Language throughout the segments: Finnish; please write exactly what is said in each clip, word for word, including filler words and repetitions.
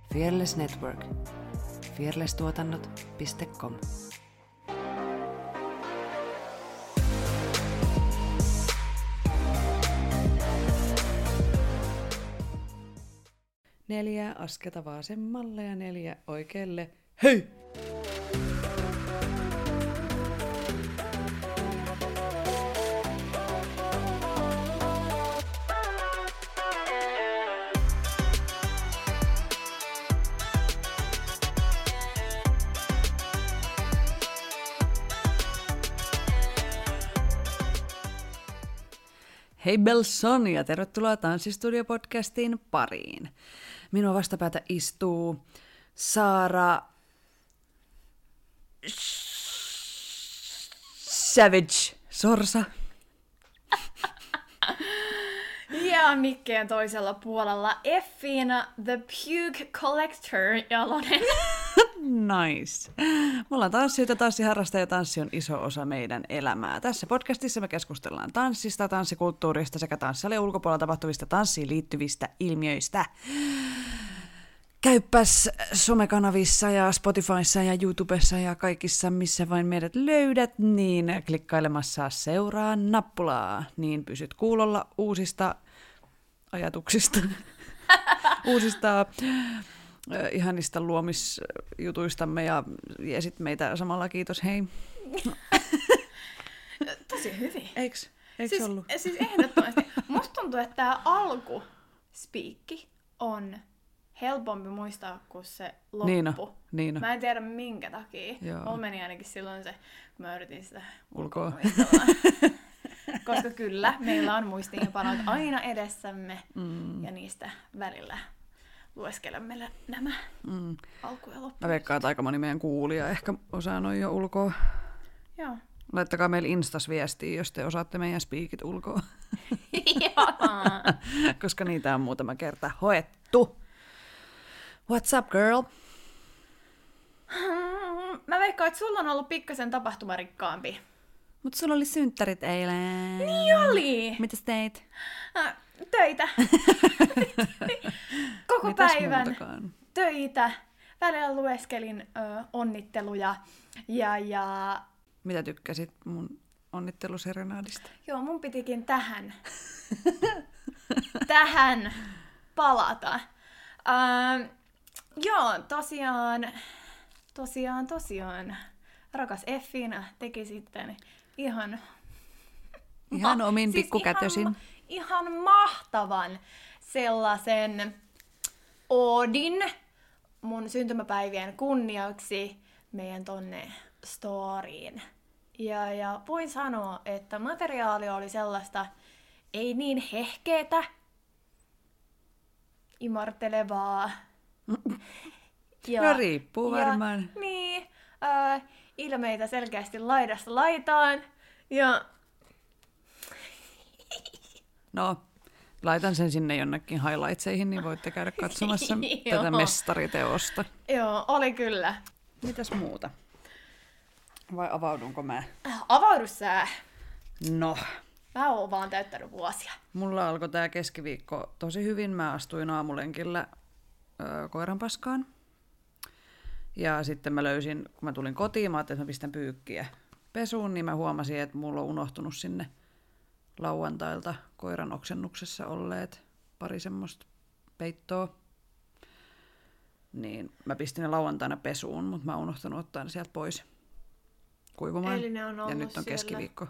Fearless Network. fearless tuotannot piste com. Neljä asketa vasemmalle ja neljä oikealle. Hei! Hei Belson ja tervetuloa Tanssistudio-podcastin pariin. Minua vastapäätä istuu Saara Savage Sorsa. Ja mikkeen toisella puolella Effiina The Puke Collector Jalonen. Nice. Me ollaan tanssijoita, tanssiharrastajia ja tanssi on iso osa meidän elämää. Tässä podcastissa me keskustellaan tanssista, tanssikulttuurista sekä tanssisalien ulkopuolella tapahtuvista tanssiin liittyvistä ilmiöistä. Käyppäs somekanavissa ja Spotifyssa ja YouTubessa ja kaikissa, missä vain meidät löydät, niin klikkailemassa seuraa nappulaa, niin pysyt kuulolla uusista ajatuksista, uusista äh, ihanista luomisjutuistamme ja jeesit meitä samalla, kiitos, hei. Tosi hyvin. Eiks? Eiks siis, ollut? Siis ehdottomasti. Musta tuntuu, että tää alkuspiikki on helpompi muistaa kuin se loppu. Niin on, niin on. Mä en tiedä minkä takia. Joo. Mulla meni ainakin silloin se, kun mä yritin sitä Ulkoa. Koska kyllä, meillä on muistiinpanot aina edessämme Mm. ja niistä välillä lueskelemme nämä Mm. alku- ja loppu. Mä veikkaan, että aika moni meidän kuulija ehkä osaa noin jo ulkoa. Joo. Laittakaa meille Instas viestiä, jos te osaatte meidän speakit ulkoa. Joo. Koska niitä on muutama kerta hoettu. What's up, girl? Mä veikkaan, että sulla on ollut pikkasen tapahtumarikkaampi. Mut sulla oli synttärit eilen. Niin oli! Mitäs teit? Äh, töitä. Koko Mitäs päivän muutakaan? töitä. Välillä lueskelin ö, onnitteluja. Ja, ja... Mitä tykkäsit mun onnitteluserenaadista? Joo, mun pitikin tähän. tähän palata. Äh, joo, tosiaan... Tosiaan, tosiaan. Rakas Effiina teki sitten ihan... Ihan omin siis pikkukätösin. Ihan, ihan mahtavan sellaisen oodin mun syntymäpäivien kunniaksi meidän tonne storyin. Ja, ja voin sanoa, että materiaali oli sellaista ei niin hehkeetä, imartelevaa. Ja, No riippuu varmaan. Ja, niin, äh, ilmeitä selkeästi laidasta laitaan. Ja No, laitan sen sinne jonnekin highlightseihin, niin voitte käydä katsomassa tätä mestariteosta. joo, oli kyllä. Mitäs muuta? Vai avaudunko mä? Avaudu sää. No, Mä oon vaan täyttänyt vuosia. mulla alkoi tää keskiviikko tosi hyvin. Mä astuin aamulenkillä ö, koiranpaskaan. Ja sitten mä löysin, kun mä tulin kotiin, mä ajattelin, että mä pistän pyykkiä pesuun, niin mä huomasin, että mulla on unohtunut sinne lauantailta koiran oksennuksessa olleet pari semmoista peittoa. Niin mä pistin ne lauantaina pesuun, mutta mä oon unohtanut ottaa ne sieltä pois kuivumaan. Eli ne on ollut ja nyt on siellä. keskiviikko.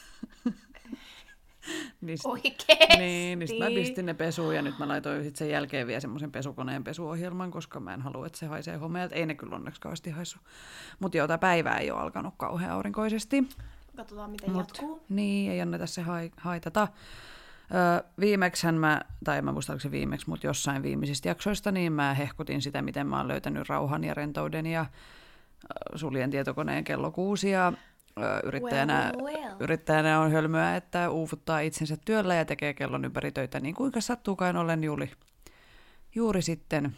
niin sit, Oikeesti? niin, niin sit mä pistin ne pesuun ja nyt mä laitoin sit sen jälkeen vielä semmoisen pesukoneen pesuohjelman, koska mä en halua, että se haisee homeelta. Ei ne kyllä onneksi kauheasti haisu. Mutta joo, tää päivä ei ole alkanut kauhean aurinkoisesti. Katsotaan, miten Mut, jatkuu. niin, ei anneta se hai, haitata. Öö, viimeksihän mä, tai en mä muista, oliko se viimeksi, mutta jossain viimeisistä jaksoista, niin mä hehkutin sitä, miten mä oon löytänyt rauhan ja rentouden ja ö, suljen tietokoneen kello kuusi ja ö, yrittäjänä, Well, well, well. yrittäjänä on hölmöä, että uuvuttaa itsensä työllä ja tekee kellon ympäri töitä, niin kuinka sattuukaan olen juuri, juuri sitten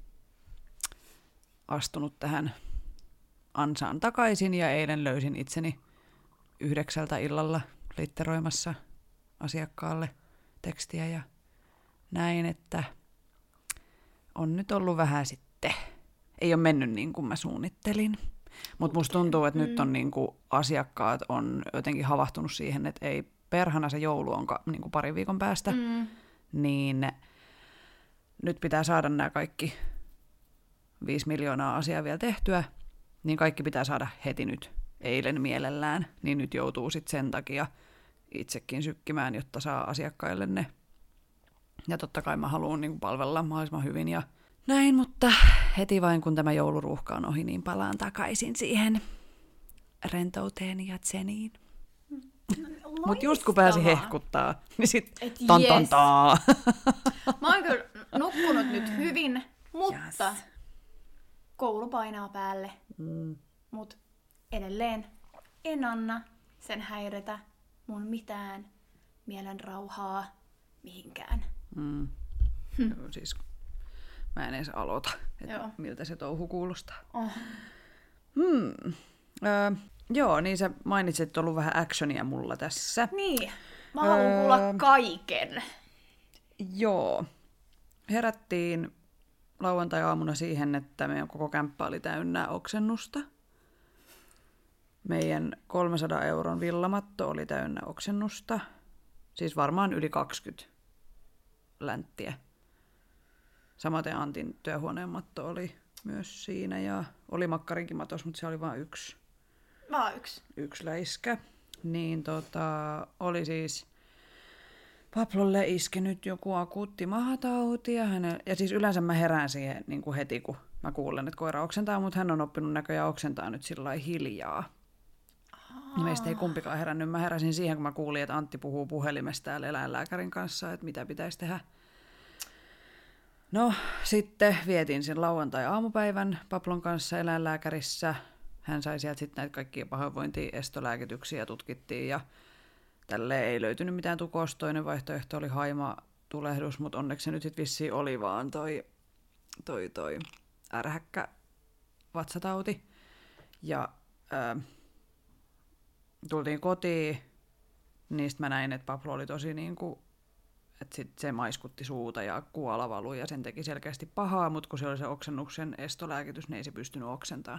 astunut tähän ansaan takaisin ja eilen löysin itseni yhdeksältä illalla litteroimassa asiakkaalle tekstiä ja näin, että on nyt ollut vähän sitten. Ei ole mennyt niin kuin mä suunnittelin. Mutta musta tuntuu, että mm. nyt on niin kuin asiakkaat on jotenkin havahtunut siihen, että ei perhana se joulu on ka- niin kuin parin viikon päästä. Mm. Niin nyt pitää saada nämä kaikki viisi miljoonaa asiaa vielä tehtyä. Niin kaikki pitää saada heti nyt, eilen mielellään. Niin nyt joutuu sitten sen takia itsekin sykkimään, jotta saa asiakkaille ne. Ja totta kai mä haluan niin kuin palvella mahdollisimman hyvin ja näin, mutta heti vain kun tämä jouluruuhka on ohi, niin palaan takaisin siihen rentouteen ja tseniin. Mutta just kun pääsi hehkuttaa, niin sit ton ton taa. Mä oon kyllä nukkunut nyt hyvin, mutta yes. Koulu painaa päälle. Mm. Mut edelleen en anna sen häiritä mun mitään mielen rauhaa mihinkään. Mm. Hm. Joo, siis mä en edes aloita, että miltä se touhu kuulostaa. Oh. Hmm. Öö, joo, niin sä mainitsit, että on ollut vähän actionia mulla tässä. Niin, mä haluan öö, kuulla kaiken. Joo. Herättiin lauantai-aamuna siihen, että meidän koko kämppä oli täynnä oksennusta. Meidän kolmensadan euron villamatto oli täynnä oksennusta. Siis varmaan yli kaksikymmentä länttiä. Samaten Antin työhuoneen matto oli myös siinä ja oli makkarinkin matos, mutta se oli vain yksi. Vaan yksi. Yksi läiskä. Niin tota, oli siis Pablolle iskenyt joku akuutti mahatauti ja, hänen, ja siis yleensä mä herään siihen niin kuin heti, kun mä kuulen, että koira oksentaa, mutta hän on oppinut näköjään oksentaa nyt sillä lailla hiljaa. Niin meistä ei kumpikaan herännyt. Mä heräsin siihen, kun mä kuulin, että Antti puhuu puhelimesta täällä eläinlääkärin kanssa, että mitä pitäisi tehdä. No, sitten vietin sen lauantai-aamupäivän Pablon kanssa eläinlääkärissä. Hän sai sieltä sitten näitä kaikkia pahoinvointi-estolääkityksiä tutkittiin ja tälleen ei löytynyt mitään tukosta. Toinen vaihtoehto oli haimatulehdus, mutta onneksi se nyt sitten vissiin oli vaan toi, toi, toi ärhäkkä vatsatauti. Ja ää, tultiin kotiin, niin sitten mä näin, että Pablo oli tosi niinku, että sit se maiskutti suuta ja kuola valui ja sen teki selkeästi pahaa, mutta kun se oli se oksennuksen estolääkitys, niin ei se pystynyt oksentamaan.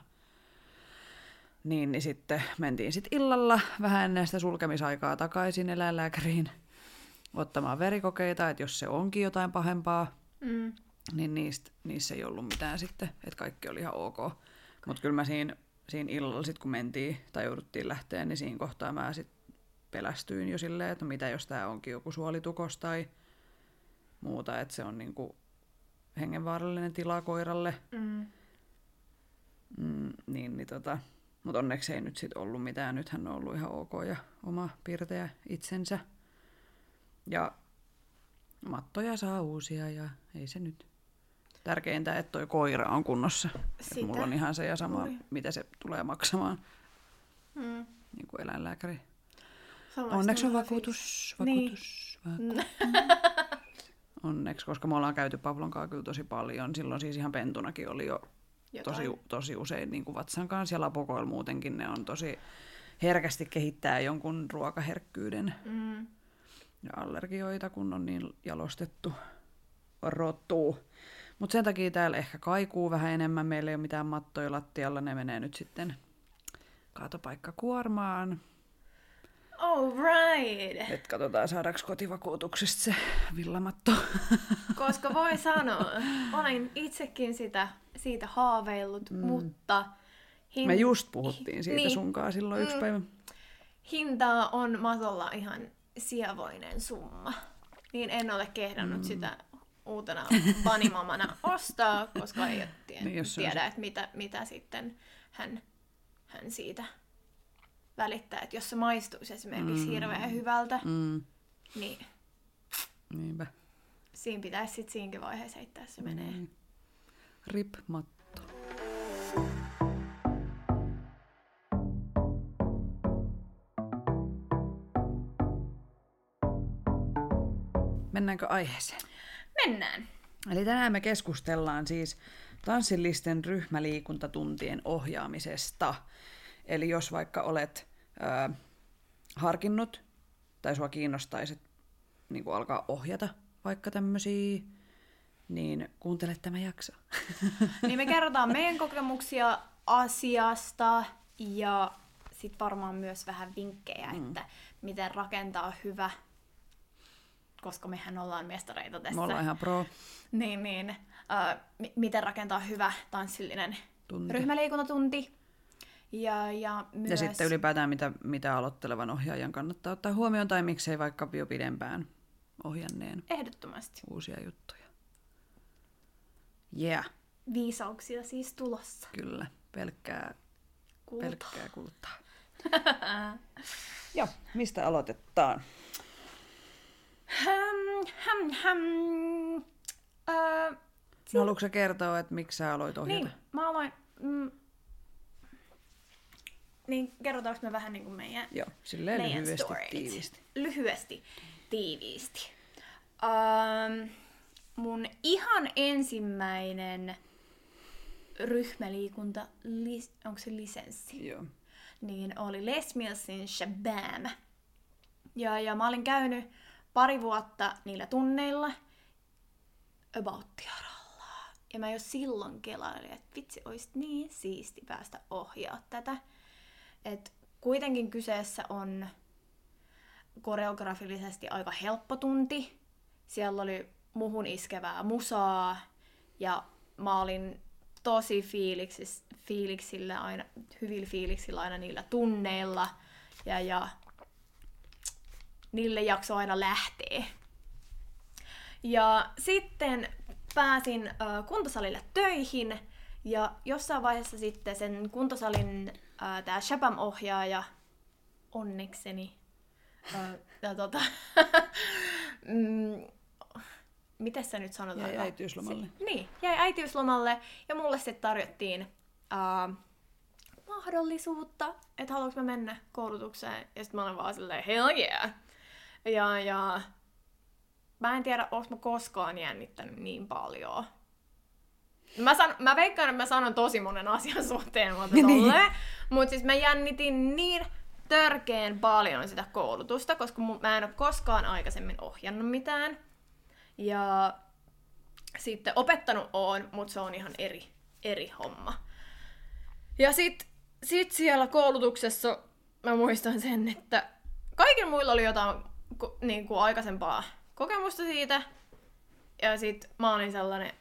Niin, niin sitten mentiin sitten illalla vähän ennen sitä sulkemisaikaa takaisin eläinlääkäriin ottamaan verikokeita, että jos se onkin jotain pahempaa, mm. niin niistä, niissä ei ollut mitään sitten, että kaikki oli ihan ok. Mutta kyllä mä siinä, siinä illalla sitten kun mentiin tai jouduttiin lähteä, niin siinä kohtaa mä sitten pelästyin jo silleen, että no mitä jos tää onkin joku suolitukos tai muuta, että se on niinku hengenvaarallinen tila koiralle. Mm. Mm, niin, niin tota... Mutta onneksi ei nyt sit ollut mitään. Nythän on ollut ihan ok ja oma piirteä itsensä. Ja mattoja saa uusia ja ei se nyt. Tärkeintä, että toi koira on kunnossa. Et mulla on ihan se ja sama, Ui. mitä se tulee maksamaan. Mm. Niin kuin eläinlääkäri. Sellaista onneksi on vakuutus. Vakuutus. Niin. vakuutus. Onneksi, koska me ollaan käyty Pablon kanssa kyllä tosi paljon. Silloin siis ihan pentunakin oli jo Tosi, tosi usein niin kuin vatsan kanssa ja lapokoilla muutenkin ne on tosi herkästi kehittää jonkun ruokaherkkyyden mm. ja allergioita, kun on niin jalostettu rotu. Mutta sen takia täällä ehkä kaikuu vähän enemmän. Meillä ei ole mitään mattoja lattialla, ne menee nyt sitten kaatopaikkakuormaan. All right. Et katsotaan, saadaanko kotivakuutuksesta se villamatto. Koska voi sanoa, olen itsekin sitä, siitä haaveillut, mm. mutta... Hin... Me just puhuttiin siitä niin, sunkaan silloin mm, yksi päivä. Hintaa on matolla ihan sievoinen summa. Niin en ole kehdannut mm. sitä uutena panimamana ostaa, koska ei tien, niin, tiedä, että mitä, mitä sitten hän, hän siitä... välittää, että jos se maistuisi esimerkiksi mm. hirveän hyvältä, mm. niin Niinpä. siinä pitäisi sitten siinäkin vaiheessa heittää se menee. Mm. Rip matto. Mennäänkö aiheeseen? Mennään. Eli tänään me keskustellaan siis tanssillisten ryhmäliikuntatuntien ohjaamisesta. Eli jos vaikka olet ö, harkinnut tai sua kiinnostaisi niin kuin alkaa ohjata vaikka tämmöisiä niin kuuntele tämä jakso. Niin me kerrotaan meidän kokemuksia asiasta ja sitten varmaan myös vähän vinkkejä, mm. että miten rakentaa hyvä, koska mehän ollaan mestareita tässä. Me ollaan ihan pro. Niin, niin. Äh, m- miten rakentaa hyvä tanssillinen Tunti. ryhmäliikuntatunti. Ja, ja, myös... ja sitten ylipäätään, mitä, mitä aloittelevan ohjaajan kannattaa ottaa huomioon, tai miksei vaikka jo pidempään ohjanneen. Ehdottomasti. Uusia juttuja. Yeah. Viisauksia siis tulossa. Kyllä, pelkkää kultaa. Pelkkää kultaa. Joo, mistä aloitetaan? Häm, häm, häm. Öö, no, haluatko sä kertoa, että miksi sä aloit ohjata? Niin, mä aloin... Mm, niin, kerrotaanko me vähän niin kuin meidän, Joo, silleen meidän lyhyesti, storit? tiiviisti. Lyhyesti, tiiviisti. Um, mun ihan ensimmäinen ryhmäliikunta, lis, onko se lisenssi? Joo. Niin oli Les Millsin Shabam. Ja, ja mä olin käynyt pari vuotta niillä tunneilla about tiaralla. Ja mä jo silloin kelailin, että vitsi, olisi niin siisti päästä ohjaa tätä. Et kuitenkin kyseessä on koreografillisesti aika helppo tunti. Siellä oli muhun iskevää musaa ja mä olin tosi fiiliksis, fiiliksillä aina, hyvillä fiiliksillä aina niillä tunneilla ja, ja niille jakso aina lähtee. Ja sitten pääsin äh, kuntosalille töihin ja jossain vaiheessa sitten sen kuntosalin äh, tää Shabam-ohjaaja onnekseni äh, ja tota, mm, miten se nyt sanotaan? Jäi äitiyslomalle. Se, niin, jäi äitiyslomalle ja mulle sitten tarjottiin äh, mahdollisuutta, että haluanko mä mennä koulutukseen. Ja sitten mä olin vaan silleen, hell yeah! Ja, ja mä en tiedä, onko mä koskaan jännittänyt niin paljon. Mä, san, mä veikkaan, että mä sanon tosi monen asian suhteen, mutta niin. Mut siis mä jännitin niin törkeen paljon sitä koulutusta, koska mä en ole koskaan aikaisemmin ohjannut mitään. Ja sitten opettanut oon, mutta se on ihan eri, eri homma. Ja sit, sit siellä koulutuksessa mä muistan sen, että kaikilla muilla oli jotain ko, niin kuin aikaisempaa kokemusta siitä. Ja sit mä olin sellainen,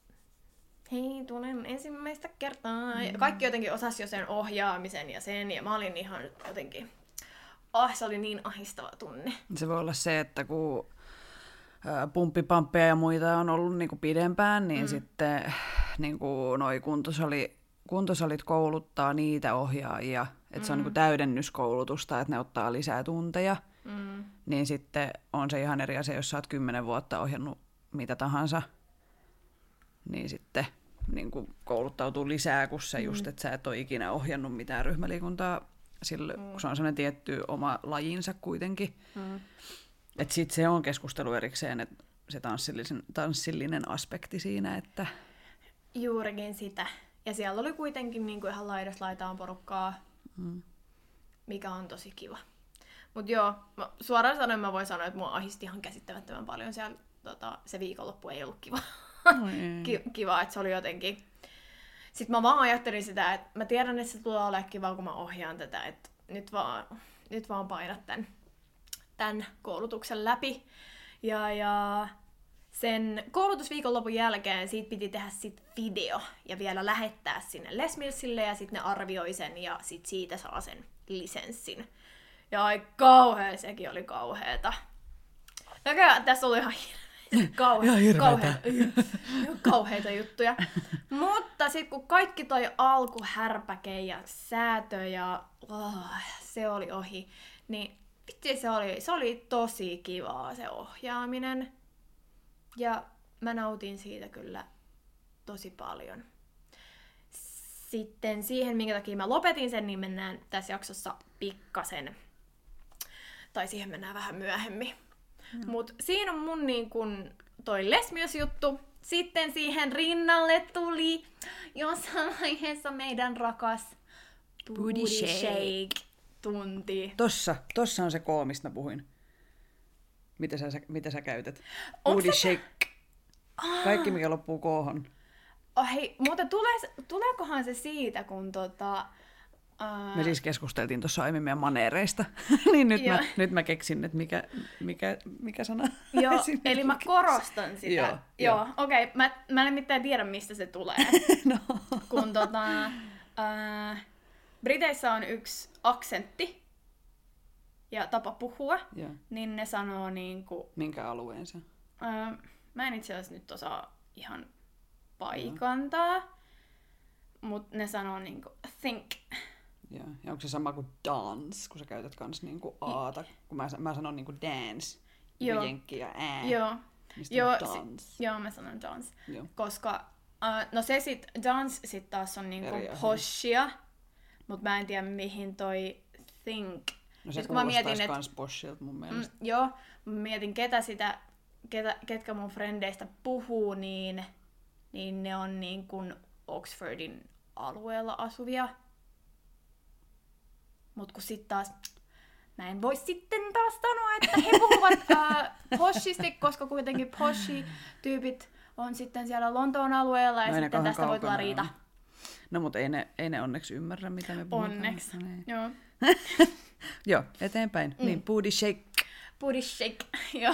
hei, tulen ensimmäistä kertaa. Mm. Ja kaikki jotenkin osasi jo sen ohjaamisen ja sen. Ja mä olin ihan jotenkin, ah, se oli niin ahistava tunne. Se voi olla se, että kun pumppipamppeja ja muita on ollut niin kuin pidempään, niin mm. sitten niin kuin noi kuntosali, kuntosalit kouluttaa niitä ohjaajia, että mm. se on niin kuin täydennyskoulutusta, että ne ottaa lisää tunteja. Mm. Niin sitten on se ihan eri asia, jos sä oot kymmenen vuotta ohjannut mitä tahansa, niin sitten niin kuin kouluttautuu lisää, kun se mm. just, että sä et ole ikinä ohjannut mitään ryhmäliikuntaa, sillä, mm. kun se on sellainen tietty oma lajinsa kuitenkin. Mm. Että sitten se on keskustelu erikseen, että se tanssillinen, tanssillinen aspekti siinä, että... Juurikin sitä. Ja siellä oli kuitenkin niin kuin ihan laidasta laitaan porukkaa, mm. mikä on tosi kiva. Mut joo, mä, suoraan sanoen mä voin sanoa, että mua ahisti ihan käsittämättömän paljon siellä. Tota, se viikonloppu ei ollut kiva. No Ki- kiva, että se oli jotenkin... Sitten mä vaan ajattelin sitä, että mä tiedän, että se tulee olemaan kiva, kun mä ohjaan tätä. Että nyt vaan, nyt vaan painat tän, tän koulutuksen läpi. Ja, ja sen koulutusviikonlopun jälkeen siitä piti tehdä sit video ja vielä lähettää sinne Les Millsille ja sitten ne arvioi sen ja sit siitä saa sen lisenssin. Ja ai kauhea, sekin oli kauheeta. Ja tässä oli ihan kauhe- kauheita, kauheita juttuja. Mutta sitten kun kaikki toi alkuhärpäke ja säätö ja oh, se oli ohi, niin vitsi se oli, se oli tosi kivaa se ohjaaminen. Ja mä nautin siitä kyllä tosi paljon. Sitten siihen, minkä takia mä lopetin sen, niin mennään tässä jaksossa pikkasen. Tai siihen mennään vähän myöhemmin. Mm. Mut siinä on mun niin kun toi Les Mills-juttu. Sitten siihen rinnalle tuli jossain vaiheessa meidän rakas Booty Shake-tunti. Tossa, tossa on se koo, mistä mä puhuin. Mitä sä, mitä sä käytät? Onks Booty se... Shake. Kaikki, mikä loppuu koohon. Oh, hei, mutta tule, tuleekohan se siitä, kun tota... Uh... Me siis keskusteltiin tuossa aiemmin meidän maneereista, niin nyt mä, nyt mä keksin, että mikä, mikä, mikä sana. Joo, eli mä korostan sitä. Joo, Joo, jo. okei. Okay. Mä, mä en mitään tiedä, mistä se tulee. No. Kun tota... Uh, Briteissä on yksi aksentti ja tapa puhua, Joo. niin ne sanoo niinku... Minkä alueen se? Uh, mä en itse asiassa nyt osaa ihan paikantaa, no. Mutta ne sanoo niinku think. Joo. Ja onko se sama kuin dance, kun sä käytät kans niinku aata, kun mä, mä sanon niinku dance, Joo. jenkki ja ää. Joo. Mistä Joo, dance? si- joo, mä sanon dance. Joo. Koska, uh, no se sit, dance sit taas on niinku Eri asia. poshia, mut mä en tiedä mihin toi think. No se Sit kun mä mietin, kuulostais et, kans poshilta mun mielestä. mm, joo, mä mietin ketä sitä, ketä, ketkä mun frendeistä puhuu, niin, niin ne on niin kuin Oxfordin alueella asuvia. Mut kun sit taas, mä en voi sitten taas sanoa, että he puhuvat äh, poshisti, koska kuitenkin poshi-tyypit on sitten siellä Lontoon alueella ja No, sitten tästä voi tulla riita. on. No mutta ei ne, ei ne onneksi ymmärrä, mitä me puhutaan. Onneksi, No, niin. joo. Joo, eteenpäin. Mm. Niin, booty shake. Booty shake, joo.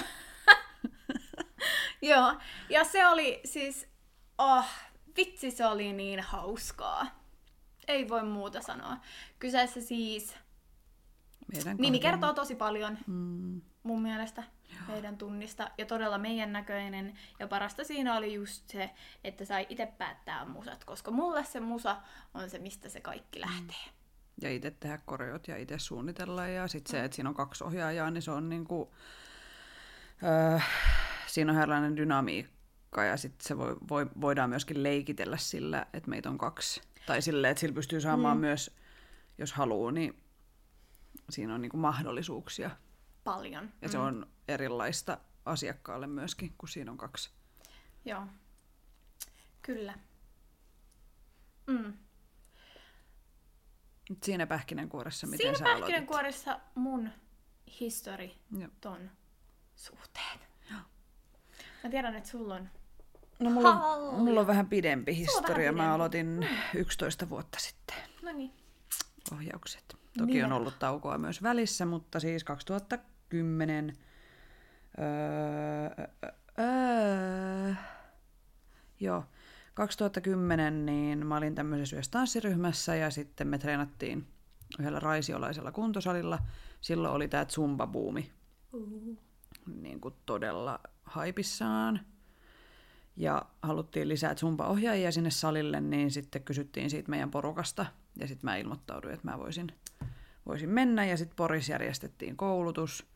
Joo, ja se oli siis, oh, vitsi se oli niin hauskaa. Ei voi muuta sanoa. Kyseessä siis, Meidän nimi kahden. kertoo tosi paljon Mm. mun mielestä meidän tunnista ja todella meidän näköinen. Ja parasta siinä oli just se, että sai itse päättää musat, koska mulle se musa on se, mistä se kaikki lähtee. Ja itse tehdä koreot ja itse suunnitella. Ja sitten se, että siinä on kaksi ohjaajaa, niin se on niinku... Öö, siinä on erilainen dynamiikka ja sitten se voi, voi, voidaan myöskin leikitellä sillä, että meitä on kaksi. Tai silleen, että sillä pystyy saamaan mm. myös, jos haluaa, niin siinä on niinku mahdollisuuksia. Paljon. Ja mm. se on erilaista asiakkaalle myöskin, kun siinä on kaksi. Joo. Kyllä. Mm. Siinä pähkinänkuoressa, miten Siinä sä aloitit? pähkinänkuoressa mun histori Joo. ton suhteen. Mä tiedän, että sulla on... No mulla, on, Halli. mulla on vähän pidempi historia. vähän Mä pidempi. aloitin Mm. yksitoista vuotta sitten No niin. ohjaukset. Toki Niin. on ollut taukoa myös välissä, mutta siis kaksituhattakymmenen... Öö, öö, joo, kaksituhattakymmenen niin mä olin tämmöisessä yhdessä tanssiryhmässä ja sitten me treenattiin yhdellä raisiolaisella kuntosalilla. Silloin oli tää zumba-buumi Uh. niin kuin todella haipissaan. Ja haluttiin lisää zumba-ohjaajia sinne salille, niin sitten kysyttiin siitä meidän porukasta. Ja sitten mä ilmoittauduin, että mä voisin, voisin mennä. Ja sitten Porissa järjestettiin koulutus.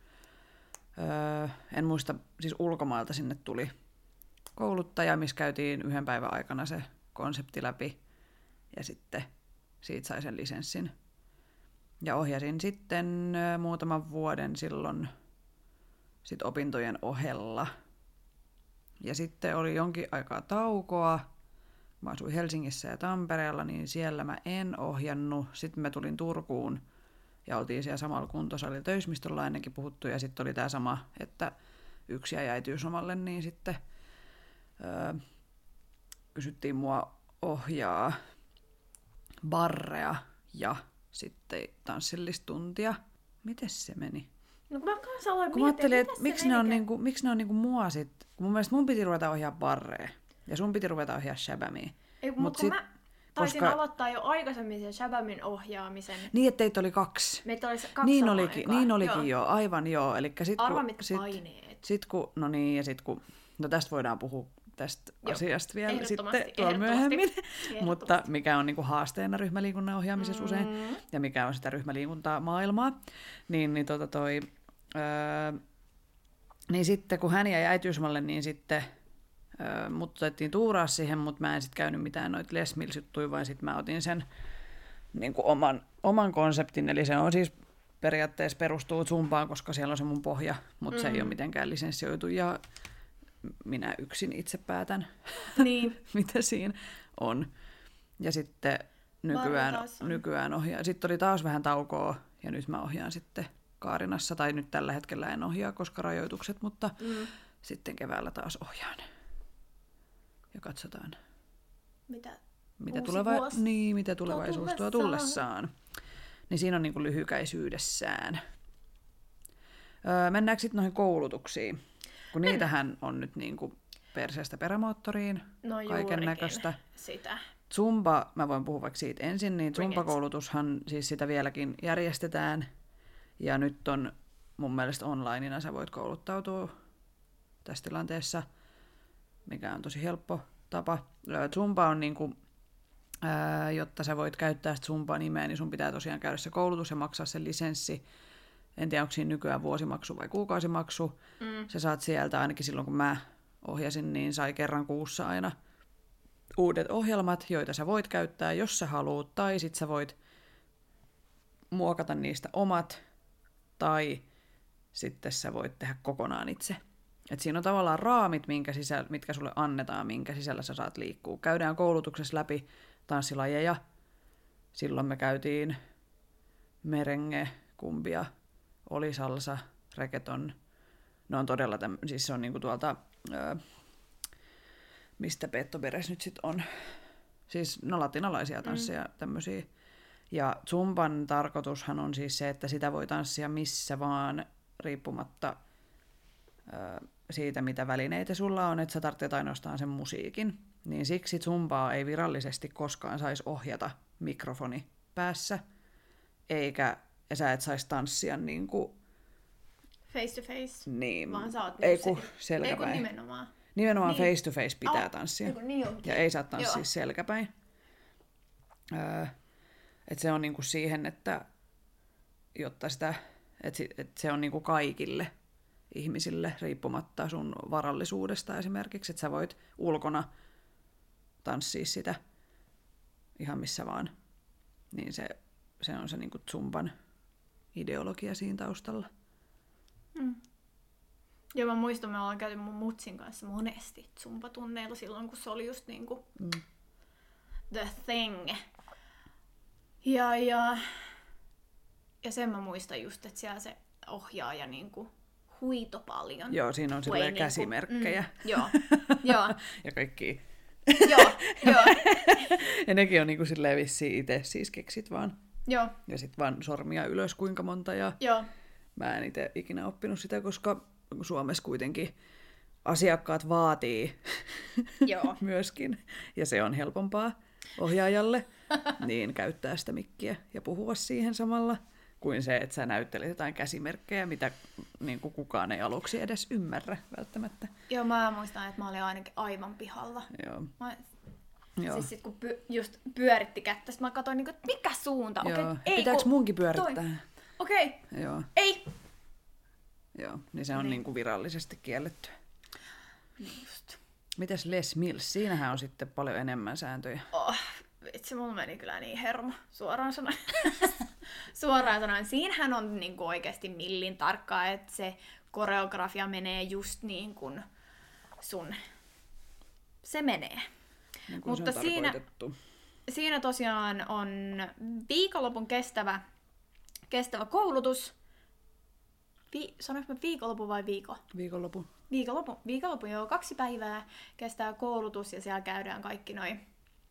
Öö, en muista, siis ulkomailta sinne tuli kouluttaja, missä käytiin yhden päivän aikana se konsepti läpi. Ja sitten siitä sai sen lisenssin. Ja ohjasin sitten öö, muutaman vuoden silloin sit opintojen ohella. Ja sitten oli jonkin aikaa taukoa. Mä asuin Helsingissä ja Tampereella, niin siellä mä en ohjannut. Sitten mä tulin Turkuun ja oltiin siellä samalla kuntosalilla töissä, mistä ollaan ennenkin puhuttu. Ja sitten oli tämä sama, että yksi jäi äitiyslomalle, niin sitten öö, kysyttiin mua ohjaa barrea ja sitten tanssillistuntia. Mites se meni? No kun mä kanssa aloin Kun mä miettiä, ajattelin, että mitäs miksi se ne, on menikään? niinku, miksi ne on niinku mua sit, kun mun mielestä mun piti ruveta ohjaa barrea ja sun piti ruveta ohjaa shabamia. Ei, Mut mutta sit, kun mä taisin koska- aloittaa jo aikaisemmin sen shabamin ohjaamisen. Niin, että teitä oli kaksi. Meitä oli se kaksi Niin samaan olikin, aikaan. niin olikin joo. aivan joo. Elikkä sit, Arva kun, mitkä sit, paineet. sit kun, no niin, ja sit kun, no tästä voidaan puhua tästä Joo, asiasta vielä ehdottomasti, sitten tuolla ehdottomasti, myöhemmin. ehdottomasti. Mutta mikä on niinku haasteena ryhmäliikunnan ohjaamisessa mm. usein, ja mikä on sitä ryhmäliikuntaa maailmaa, niin, niin tota toi... Öö, niin sitten kun hän jäi äitiyslomalle, niin sitten öö, mut otettiin tuuraa siihen, mutta mä en sitten käynyt mitään noita Les Mills-juttuja, vaan sitten mä otin sen niin kuin oman, oman konseptin, eli se on siis periaatteessa perustuu zumbaan, koska siellä on se mun pohja, mutta mm. se ei ole mitenkään lisenssioitu ja minä yksin itse päätän, Niin. mitä siinä on. Ja sitten nykyään, nykyään ohjaa. Sitten oli taas vähän taukoa ja nyt mä ohjaan sitten Kaarinassa, tai nyt tällä hetkellä en ohjaa, koska rajoitukset, mutta mm. sitten keväällä taas ohjaan. Ja katsotaan, mitä, mitä, tuleva- niin, mitä tulevaisuus tuo tullessaan. Niin siinä on niin kuin lyhykäisyydessään. Öö, mennäänkö sitten noihin koulutuksiin? Kun Mennä. niitähän on nyt niin kuin perseestä perämoottoriin, no kaiken näköistä. Sitä. Zumba, mä voin puhua vaikka siitä ensin, niin Zumba-koulutushan siis sitä vieläkin järjestetään. Ja nyt on mun mielestä onlineina sä voit kouluttautua tässä tilanteessa, mikä on tosi helppo tapa. Zumba on niinku, ää, jotta sä voit käyttää sitä Zumba-nimeä, niin sun pitää tosiaan käydä se koulutus ja maksaa se lisenssi. En tiedä, onko siinä nykyään vuosimaksu vai kuukausimaksu. Mm. Sä saat sieltä, ainakin silloin kun mä ohjasin, niin sai kerran kuussa aina uudet ohjelmat, joita sä voit käyttää, jos sä haluut, tai sit sä voit muokata niistä omat, tai sitten sä voit tehdä kokonaan itse. Et siinä on tavallaan raamit, minkä sisällä, mitkä sulle annetaan, minkä sisällä sä saat liikkua. Käydään koulutuksessa läpi tanssilajeja. Silloin me käytiin merengue, kumbia, oli salsa, reggaeton. Ne on todella, täm, siis se on niinku tuolta, öö, mistä Petto Beres nyt sit on. Siis no latinalaisia tansseja, mm. tämmöisiä. Ja Zumban tarkoitushan on siis se, että sitä voi tanssia missä vaan, riippumatta ö, siitä, mitä välineitä sulla on, että sä tarvitset ainoastaan sen musiikin. Niin siksi Zumbaa ei virallisesti koskaan saisi ohjata mikrofoni päässä, eikä ja sä et saisi tanssia niin kuin face to face, niin, vaan sä oot ei kun selkäpäin. Ei kun nimenomaan. Nimenomaan niin. face to face pitää oh, tanssia. Niin ja ei saa tanssia Joo. selkäpäin. Öö, et se on niinku siihen, että jotta sitä, et si, et se on niinku kaikille ihmisille riippumatta sun varallisuudesta esimerkiksi, että sä voit ulkona tanssia sitä ihan missä vaan. Niin se, se on se niinku Zumban ideologia siinä taustalla. Mm. Ja mä muistan, me ollaan käyty mun mutsin kanssa monesti Zumba-tunneilla silloin, kun se oli just niinku mm. the thing. Ja, ja, ja sen mä muistan just, että siellä se ohjaaja niinku huito paljon. Joo, siinä on silleen niinku käsimerkkejä. Mm, joo, joo. ja kaikki. joo, joo. ja nekin on niinku silleen vissiin itse siis keksit vaan. Joo. Ja sit vaan sormia ylös kuinka monta. Ja joo. Mä en itse ikinä oppinut sitä, koska Suomessa kuitenkin asiakkaat vaatii Joo. myöskin. Ja se on helpompaa ohjaajalle, niin käyttää sitä mikkiä ja puhua siihen samalla, kuin se, että sä näyttelet jotain käsimerkkejä, mitä niin kuin kukaan ei aluksi edes ymmärrä välttämättä. Joo, mä muistan, että mä olin ainakin aivan pihalla. Joo. Mä... Joo. Siis sit kun py... just pyöritti kättä, mä katsoin, niin kuin, että mikä suunta? Joo. Okay, ei, pitääkö kun... munkin pyörittää? Toi. Okei. Okay. Joo. Ei. Joo, niin se on niin. Niin kuin virallisesti kielletty. Niin just. Mitäs Les Mills? Siinähän on sitten paljon enemmän sääntöjä. Oh, vitsi, mulla meni kyllä niin hermo, suoraan sanoen. suoraan sanoen. Siinähän on niin kuin oikeasti millin tarkkaa, että se koreografia menee just niin kuin sun... Se menee. Niin kuin Mutta se on siinä, tarkoitettu. siinä tosiaan on viikonlopun kestävä, kestävä koulutus. Vi, sanoinko mä viikonloppu vai viikko? Viikonloppu. Viikonloppu, viikonloppu, joo. Kaksi päivää kestää koulutus ja siellä käydään kaikki noi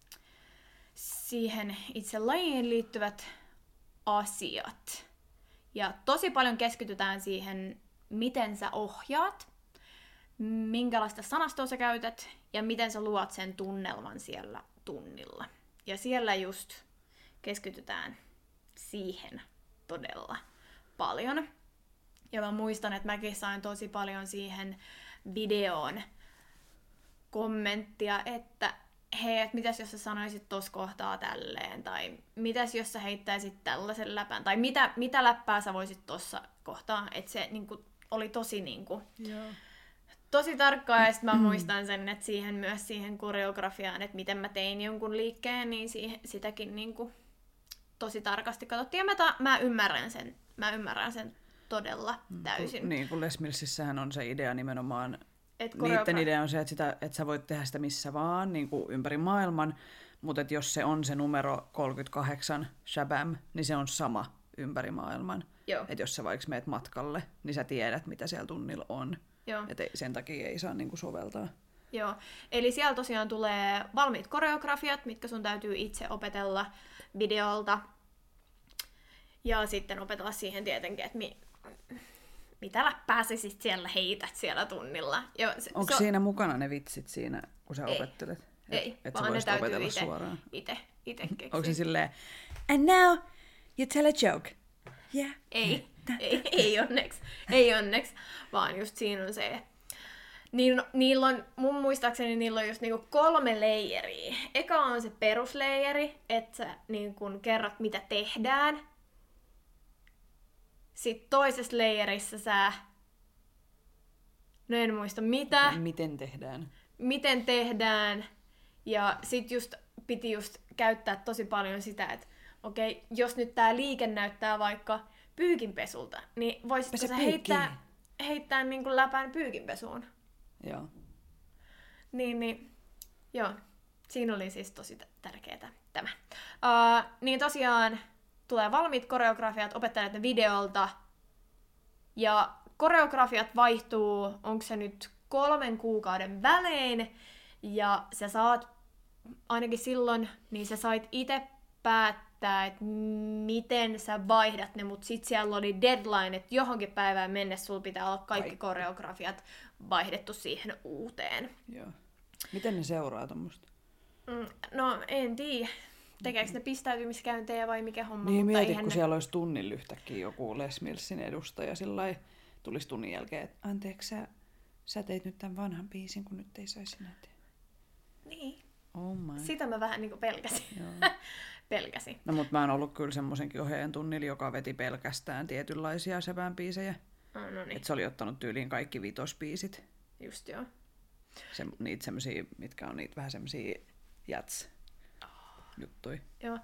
siihen itse lajiin liittyvät asiat. Ja tosi paljon keskitytään siihen, miten sä ohjaat, minkälaista sanastoa sä käytät ja miten sä luot sen tunnelman siellä tunnilla. Ja siellä just keskitytään siihen todella paljon. Ja mä muistan, että mäkin sain tosi paljon siihen videoon kommenttia, että hei, et mitäs jos sä sanoisit tossa kohtaa tälleen, tai mitäs jos sä heittäisit tällaisen läpän, tai mitä, mitä läppää sä voisit tossa kohtaa, että se niinku, oli tosi niinku, Joo. tosi tarkkaa, ja sit mä muistan sen, että siihen myös siihen koreografiaan, että miten mä tein jonkun liikkeen, niin siihen, sitäkin niinku, tosi tarkasti katsottiin, ja mä, ta- mä ymmärrän sen, mä ymmärrän sen todella täysin. Kun, niin, kun Les Millsissähän on se idea nimenomaan, Et niiden idea on se, että, sitä, että sä voit tehdä sitä missä vaan, niin kuin ympäri maailman, mutta että jos se on se numero kolmekymmentäkahdeksan, shabam, niin se on sama ympäri maailman. Että jos sä vaikka meet matkalle, niin sä tiedät, mitä siellä tunnilla on. Et sen takia ei saa niin kuin soveltaa. Joo, eli siellä tosiaan tulee valmiit koreografiat, mitkä sun täytyy itse opetella videolta. Ja sitten opetella siihen tietenkin, että mi- mitä läppää sä sit siellä heität siellä tunnilla. Se, Onko se siinä mukana ne vitsit siinä, kun sä ei, opettelet? Ei, et, et vaan ne täytyy ite, suoraan. ite, ite keksiä. Onko se silleen, and now you tell a joke? Yeah. Ei, ei, ei onneksi. Ei onneksi, vaan just siinä on se, Niillä, niillä on, mun muistaakseni niillä on just niinku kolme leijeriä. Eka on se perusleijeri, että sä niinku kerrot mitä tehdään. Sitten toisessa leijerissä sä, no en muista mitä. Miten tehdään. Miten tehdään. Ja sit just piti just käyttää tosi paljon sitä, että okei, jos nyt tää liike näyttää vaikka pyykinpesulta, niin voisitko sä heittää, heittää niinku läpän pyykinpesuun? Joo. Niin, niin, joo. Siinä oli siis tosi tärkeää tämä. Uh, niin tosiaan tulee valmiit koreografiat, opettelet ne videolta. Ja koreografiat vaihtuu, onko se nyt kolmen kuukauden välein. Ja sä saat, ainakin silloin, niin sä sait itse päättää, että miten sä vaihdat ne. Mutta sit siellä oli deadline, että johonkin päivään mennessä sulla pitää olla kaikki Ai. koreografiat vaihdettu siihen uuteen. Joo. Miten ne seuraa tommoista? Mm, no, en tiedä. Tekeekö ne pistäytymiskäyntejä vai mikä homma? Niin, mutta mieti, kun ne... siellä olisi tunnilla yhtäkkiä joku Les Millsin edustaja, sillai tulisi tunnin jälkeen, että anteeksi, sä, sä teit nyt tämän vanhan biisin, kun nyt ei saisi sinä tehdä. Niin. Oh my. Sitä mä vähän niinku pelkäsin. pelkäsin. No, mutta mä oon ollut kyllä semmoisenkin ohjaajan tunnilla, joka veti pelkästään tietynlaisia Sepän biisejä. Oh, no niin. Että se oli ottanut tyyliin kaikki vitosbiisit. Just joo. Se, niitä semmosia, mitkä on niitä vähän semmosia jats juttui. Joo.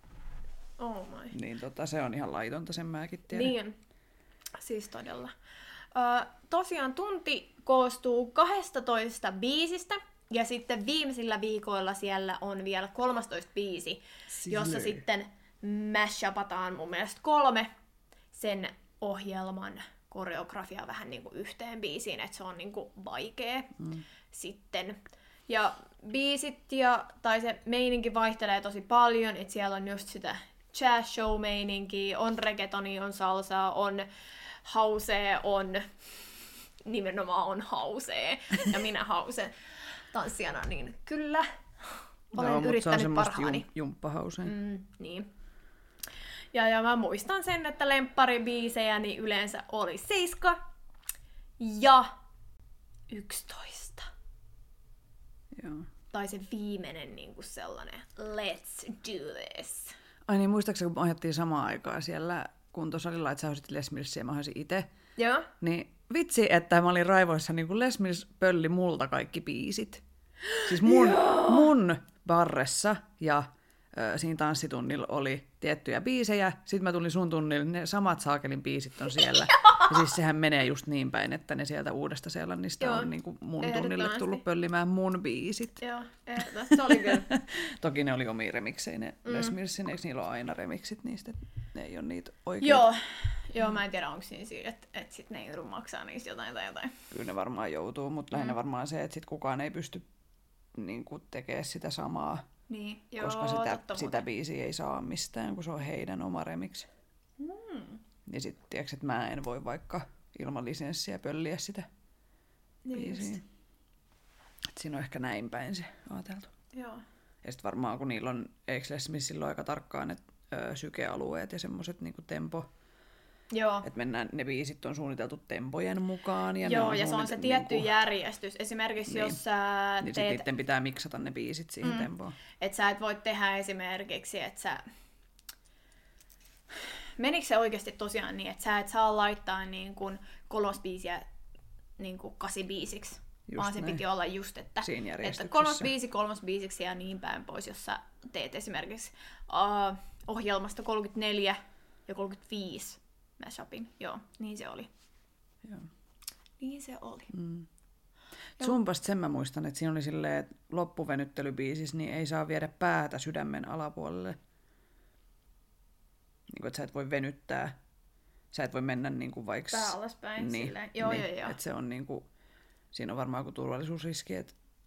Oh my. Niin tota, se on ihan laitonta, sen mäkin tiedän. Niin, siis todella. Ö, tosiaan tunti koostuu kahdestatoista biisistä, ja sitten viimeisillä viikoilla siellä on vielä kolmastoista biisi, Sille. jossa sitten mashupataan mun mielestä kolme sen ohjelman koreografia vähän niin kuin yhteen biisiin, että se on niin kuin vaikea mm. sitten. Ja biisit ja, tai se meininki vaihtelee tosi paljon, että siellä on just sitä jazz show meininkiä, on reggaetonia, on salsaa, on hausea, on nimenomaan on hausea. Ja minä hausen tanssijana, niin kyllä olen no, yrittänyt parhaani. Jum, jumppahausea. Mm, niin. Ja, ja mä muistan sen, että lempparibiisejä niin yleensä oli seiska ja yksitoista. Joo. Tai se viimeinen niin kuin sellainen, let's do this. Ai niin, muistaakseni kun ohjattiin samaan aikaan siellä kuntosalilla, että sä ohjasit Les Millsia ja mä ohjasin itse. Joo. Niin vitsi, että mä olin raivoissa, niin kuin Les Mills pölli multa kaikki biisit. Siis mun, mun barressa ja ö, siinä tanssitunnilla oli tiettyjä biisejä. Sitten mä tulin sun tunnille, ne samat saakelin biisit on siellä. Ja siis sehän menee just niin päin, että ne sieltä Uudesta Seelannista Joo. on niin kuin mun tunnille tullut pöllimään mun biisit. Joo, ehdottomasti se oli kyllä. Toki ne oli omia remiksejä, ne mm. Les Millsin, eikö niillä ole aina remiksit niistä? Ne ei ole niitä oikeita. Joo, Joo mä en tiedä onko siinä syy, että et sit ne ei joudu maksaa niistä jotain tai jotain. Kyllä ne varmaan joutuu, mutta mm. lähinnä varmaan se, että sit kukaan ei pysty niin kuin tekemään sitä samaa. Niin, joo, koska sitä, sitä biisiä ei saa mistään, kun se on heidän oma remiksi. Mm. Ja sitten tiedätkö, että mä en voi vaikka ilman lisenssiä pölliä sitä niin biisiä. Et siinä on ehkä näin päin se ajateltu. Joo. Ja sitten varmaan kun niillä on, eikö Les Millsillä aika tarkkaan ne ö, sykealueet ja semmoiset niinku tempo. Joo. Että mennään, ne biisit on suunniteltu tempojen mukaan. Ja Joo, on ja se on se tietty niinku järjestys. Esimerkiksi niin. jos sä niin teet... niiden pitää miksata ne biisit siihen mm. tempoon. Että sä et voi tehdä esimerkiksi, että sä... Menikö se oikeasti tosiaan niin, että sä et saa laittaa niin kuin kolmosbiisiä niin kuin kasibiisiksi? Just vaan se näin. Piti olla just, että, että kolmosbiisi kolmosbiisiksi ja niin päin pois, jos sä teet esimerkiksi uh, ohjelmasta kolmekymmentäneljä ja kolmekymmentäviisi mashupin. Joo, niin se oli. Joo. Niin se oli. Mm. Zumpasta sen mä muistan, että siinä oli silleen, että loppuvenyttelybiisissä niin ei saa viedä päätä sydämen alapuolelle. Niin kuin, että sä et voi venyttää. Sä et voi mennä niin kuin vaikka... Pää alaspäin niin, silleen. Joo, niin, joo, joo. Että se on niin kuin... Siinä on varmaan joku turvallisuusriski, että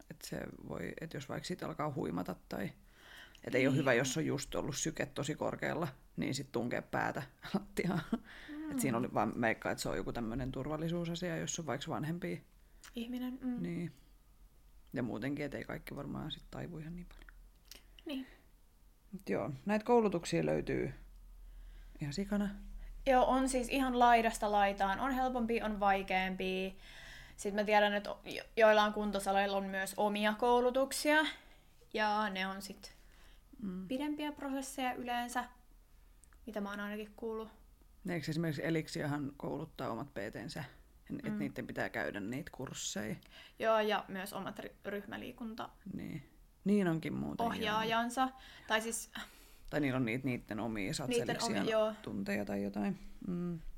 että se voi, että jos vaikka sit alkaa huimata tai että ei ole hyvä, jos on just ollut syke tosi korkealla, niin sitten tunkee päätä lattiaan. Mm. Että siinä oli vaan meikka, että se on joku tämmöinen turvallisuusasia, jos on vaikka vanhempi ihminen. Mm. Niin. Ja muutenkin, että ei kaikki varmaan sit taivu ihan niin paljon. Niin. Mut joo, näitä koulutuksia löytyy ihan sikana. Joo, on siis ihan laidasta laitaan. On helpompi, on vaikeampi. Sitten mä tiedän, että joillain kuntosaleilla on myös omia koulutuksia. Ja ne on sitten mm. pidempiä prosesseja yleensä, mitä mä oon ainakin kuullut. Eikö esimerkiksi Elixiahan kouluttaa omat P T:nsä, että mm. niiden pitää käydä niitä kursseja? Joo, ja myös omat ry- ryhmäliikunta. Niin. Niin onkin muuten. Ohjaajansa. Joo. Tai siis... Tai niillä on niitä, niiden omia satseliksian tunteja tai jotain. Mm. Öö,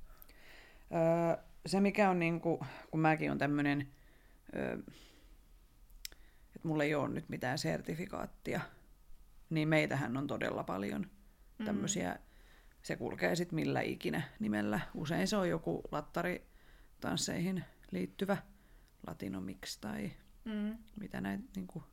se mikä on niinku, kun mäkin on tämmönen, öö, että mulla ei ole nyt mitään sertifikaattia, niin meitähän on todella paljon tämmöisiä, mm. se kulkee sitten millä ikinä nimellä. Usein se on joku lattaritansseihin liittyvä latinomix tai mm. mitä näitä niinku.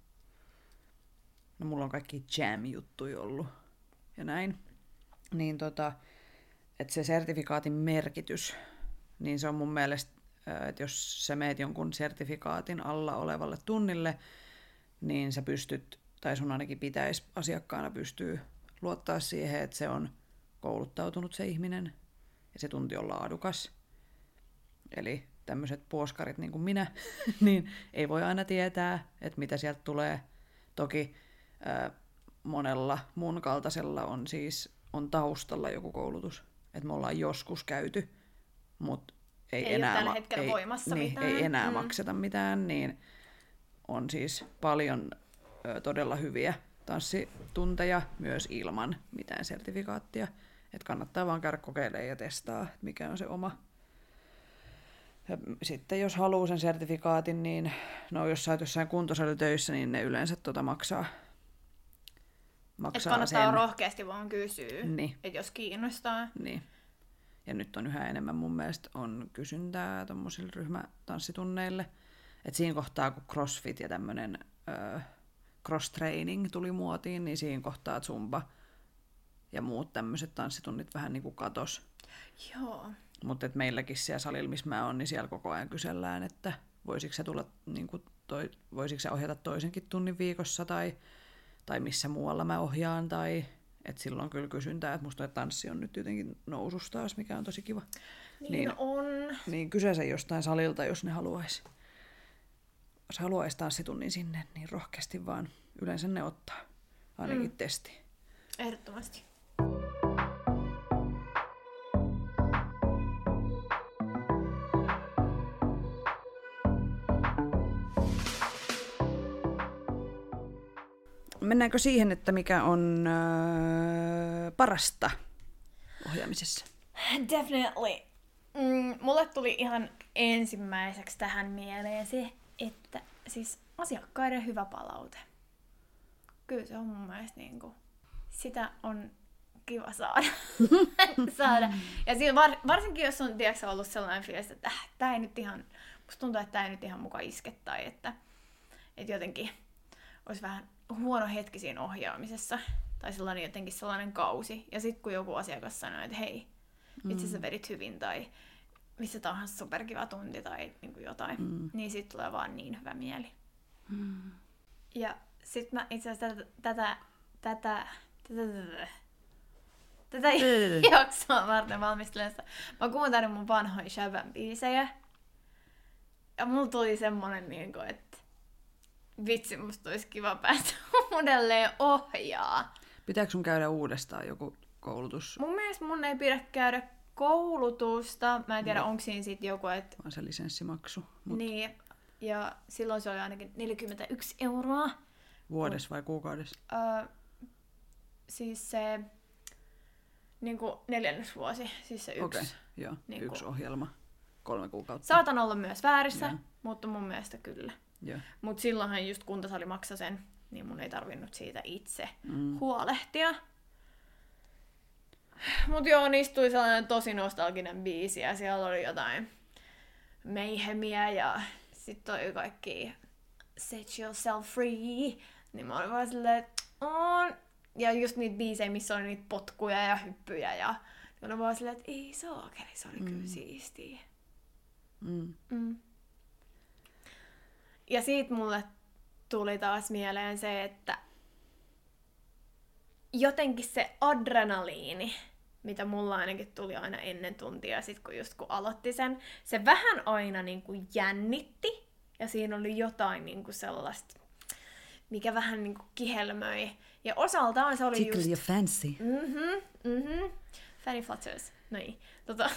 No mulla on kaikki jam-juttuja ollut ja näin. Niin tota, että se sertifikaatin merkitys, niin se on mun mielestä, että jos sä meet jonkun sertifikaatin alla olevalle tunnille, niin sä pystyt, tai sun ainakin pitäisi asiakkaana pystyä luottaa siihen, että se on kouluttautunut se ihminen ja se tunti on laadukas. Eli tämmöiset puoskarit niin kuin minä, niin ei voi aina tietää, että mitä sieltä tulee. Toki ää, monella mun kaltaisella on siis on taustalla joku koulutus, että me ollaan joskus käyty, mutta ei, ei enää, tällä hetkellä ei, voimassa niin, mitään. Ei enää mm. makseta mitään, niin on siis paljon ö, todella hyviä tanssitunteja myös ilman mitään sertifikaattia. Et kannattaa vaan käydä kokeilemaan ja testaa, mikä on se oma. Ja sitten jos haluaa sen sertifikaatin, niin no, jos sä oot jossain kuntosalitöissä, niin ne yleensä tota maksaa. maksaa Et kannattaa sen. rohkeasti vaan kysyä, niin. että jos kiinnostaa. Niin. Ja nyt on yhä enemmän mun mielestä on kysyntää tommosille ryhmätanssitunneille. Et siinä kohtaa, kun crossfit ja tämmönen ö, cross-training tuli muotiin, niin siinä kohtaa zumba ja muut tämmöiset tanssitunnit vähän niin kuin katos. Joo. Mutta meilläkin siellä salilla, missä mä oon, niin siellä koko ajan kysellään, että voisitko sä, tulla, niin kuin toi, voisitko sä ohjata toisenkin tunnin viikossa tai, tai missä muualla mä ohjaan. Tai, että silloin kyllä kysyntää, että musta tanssi on nyt jotenkin nousussa taas, mikä on tosi kiva. Niin, niin on. Niin kyseessä jostain salilta, jos ne haluaisi. Jos haluaisi tanssitunnin sinne, niin rohkeasti vaan yleensä ne ottaa. Ainakin mm. testi. Ehdottomasti. Mennäänkö siihen, että mikä on äh, parasta ohjaamisessa? Definitely. Mm, mulle tuli ihan ensimmäiseksi tähän mieleen se, että siis asiakkaiden hyvä palaute. Kyllä se on mun mielestä niinku, sitä on kiva saada. saada. Ja siinä var, varsinkin jos on tiedätkö, ollut sellainen fiilis, että äh, tää ei nyt ihan, musta tuntuu, että tää ei nyt ihan muka iske tai että, että jotenkin olisi vähän huono hetki siinä ohjaamisessa. Tai sellainen jotenkin sellainen kausi. Ja sitten kun joku asiakas sanoo, että hei, itse sä vedit hyvin tai missä tahansa superkiva tunti tai niin kuin jotain, mm. niin sitten tulee vaan niin hyvä mieli. Mm. Ja sitten mä itse asiassa tätä, tätä, tätä, tätä, tätä jaksoa varten valmistelen sitä. Mä kuuntelin mun vanhoja Shaban biisejä. Ja mulla tuli semmonen, niin kuin, että vitsi, musta olisi kiva päästä uudelleen ohjaa. Pitääkö sun käydä uudestaan joku koulutus? Mun mielestä mun ei pidä käydä koulutusta. Mä en tiedä, no. onko siinä sit joku, että... Vaan se lisenssimaksu. Mut... Niin, ja silloin se oli ainakin neljäkymmentäyksi euroa. Vuodessa vai kuukaudessa? Öö, siis se niinku neljännesvuosi, siis se yksi. Okei, okay, joo, niinku, yksi ohjelma, kolme kuukautta. Saatan olla myös väärissä, ja. mutta mun mielestä kyllä. Yeah. Mutta silloinhan just kuntosali maksoi sen, niin mun ei tarvinnut siitä itse mm. huolehtia. Mut joo, niistä tuli sellainen tosi nostalginen biisi ja siellä oli jotain Mayhemia ja sit toi kaikki set yourself free, niin mä olin vaan silleen, että on. Ja just niitä biisejä, missä oli niitä potkuja ja hyppyjä ja mä olin vaan silleen, että ei saakeli, se oli mm. kyllä siistiä. Mm. Mm. Ja siitä mulle tuli taas mieleen se, että jotenkin se adrenaliini, mitä mulla ainakin tuli aina ennen tuntia, sit kun just kun aloitti sen, se vähän aina niin kuin jännitti, ja siinä oli jotain niin kuin sellaista, mikä vähän niin kuin kihelmöi. Ja osaltaan se oli Tickle just... your fancy. Mhm, mhm. Fanny flutters. No niin. Tota...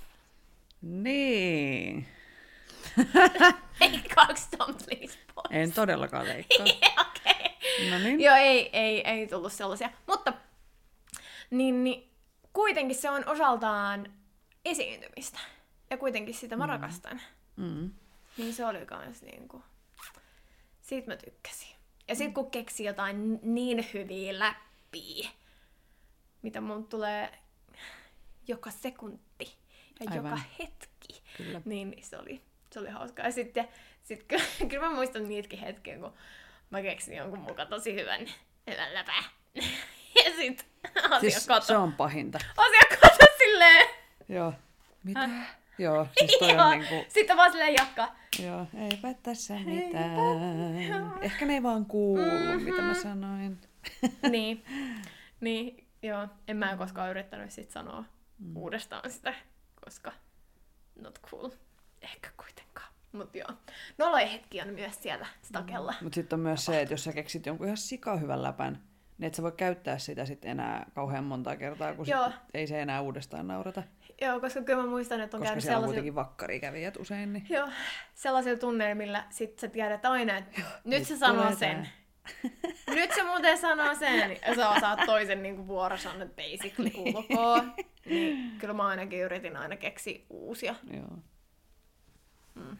Niin. Leikkaaks ton please pois? En todellakaan leikkaa. Okei. Okay. No niin. Joo, ei, ei, ei tullut sellaisia. Mutta niin, niin, kuitenkin se on osaltaan esiintymistä. Ja kuitenkin sitä mä mm. rakastan. Mm. Niin se oli kans niinku... Siitä mä tykkäsin. Ja sit kun keksi jotain niin hyviä läppiä, mitä mun tulee joka sekunti ja Aivan. joka hetki, kyllä. Niin se oli, se oli hauskaa. Ja sitten sit, kyllä mä muistan niitäkin hetkiä, kun mä keksin jonkun mukaan tosi hyvän, hyvän läpää. Ja sit asia siis kato. Se on pahinta. Asia kato silleen. Joo. Mitä? Häh? Joo, siis toi on niinku... Sitten vaan silleen jatkaa. Joo, eipä tässä mitään. Ehkä ne ei vaan kuulu, mm-hmm. mitä mä sanoin. Niin, niin, joo. En mä koskaan yrittänyt sit sanoa mm. uudestaan sitä, koska not cool. Ehkä kuitenkaan. Mut joo. Noloja hetki on myös siellä stakella. Mm. Mut sit on myös se, että jos sä keksit jonkun ihan sika hyvän läpän, niin et sä voi käyttää sitä sit enää kauhean montaa kertaa, kun sit ei se enää uudestaan naurata. Joo, koska kyllä mä muistan, että on koska käynyt siellä sellaisilla... on kuitenkin vakkarikävijät usein. Niin... Joo, sellaisilla tunnelmilla sit sä tiedät aina, että nyt, nyt se sanoo sen. Nyt se muuten sanoo sen. Ja sä osaat toisen niin vuorosannat basically ulkoa. Niin kyllä mä ainakin yritin aina keksiä uusia. Joo. Mm.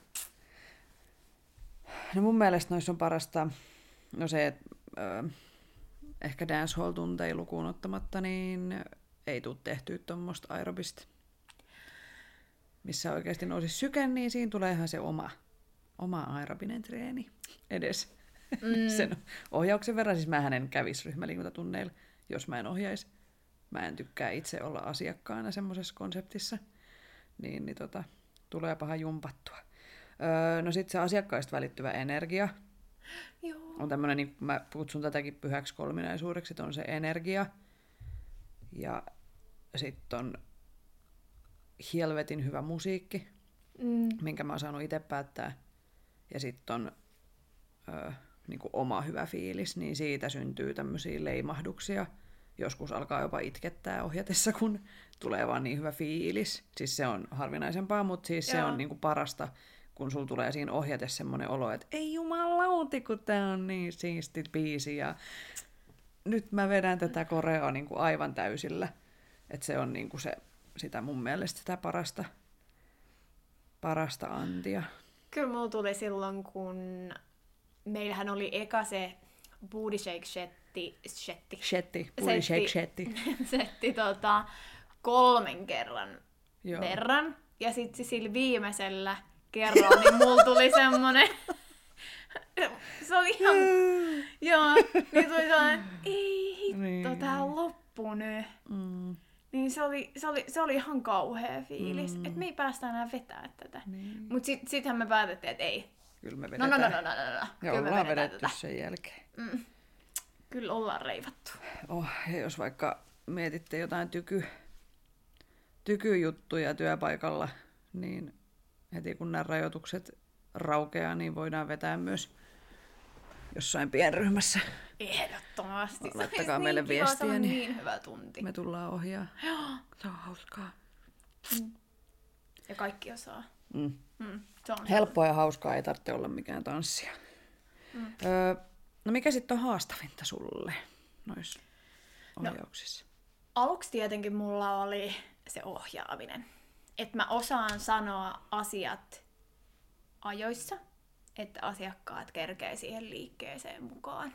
No mun mielestä noissa on parasta no se, että äh, ehkä dancehall-tunteja lukuun ottamatta, niin ei tule tehtyä tuommoista aerobista, missä oikeasti nousisi syke, niin siinä tulee ihan se oma, oma aerobinen treeni edes. Mm. Sen ohjauksen verran, siis mähän en kävisi ryhmäliikuntatunneilla, jos mä en ohjaisi. Mä en tykkää itse olla asiakkaana semmoisessa konseptissa, niin, niin tota, tulee paha jumpattua. Öö, no sit se asiakkaista välittyvä energia. Joo. On tämmönen, niin mä kutsun tätäkin pyhäksi kolminaisuudeksi, että on se energia. Ja sitten on helvetin hyvä musiikki, mm. minkä mä oon saanut itse päättää. Ja sitten on ö, niinku oma hyvä fiilis, niin siitä syntyy tämmöisiä leimahduksia. Joskus alkaa jopa itkettää ohjatessa, kun tulee vaan niin hyvä fiilis. Siis se on harvinaisempaa, mutta siis Joo. se on niinku parasta, kun sulla tulee siinä ohjatessa semmoinen olo, että ei jumalauti, kun tää on niin siisti biisi. Ja nyt mä vedän tätä koreaa niinku aivan täysillä. Että se on niinku se, sitä mun mielestä sitä parasta, parasta antia. Kyllä mulla tuli silloin, kun meillähän oli eka se booty shake shetti, shetti, shetti, booty shake shetti, setti tota, kolmen kerran Joo. verran. Ja sitten sillä viimeisellä kerralla niin mulla tuli semmonen, se oli ihan, joo, niin tuli sellainen, ei hitto, niin. Tää on loppu nyt. Mm. Niin se oli, se, oli, se oli ihan kauhea fiilis, mm. että me ei päästä enää vetää tätä. Niin. Mut sit, sittenhän me päätettiin, että ei. Kyllä me vedetään. No, no, no, no, no, no. Ja Kyllä ollaan vedetty tätä. Sen jälkeen. Mm. Kyllä ollaan reivattu. Oh, ja jos vaikka mietitte jotain tyky, tykyjuttuja työpaikalla, niin heti kun nämä rajoitukset raukeaa, niin voidaan vetää myös jossain pienryhmässä. Ehdottomasti. Laittakaa meille niin viestiä, kiva, se on niin niin hyvä tunti. Me tullaan ohjaa. Se on hauskaa. Mm. Ja kaikki osaa. Mm. Mm. Se on helppoa ja hauskaa, ei tarvitse olla mikään tanssia. Mm. Öö, no mikä sitten on haastavinta sulle noissa ohjauksissa? No, aluksi tietenkin mulla oli se ohjaaminen. Että mä osaan sanoa asiat ajoissa, että asiakkaat kerkee siihen liikkeeseen mukaan.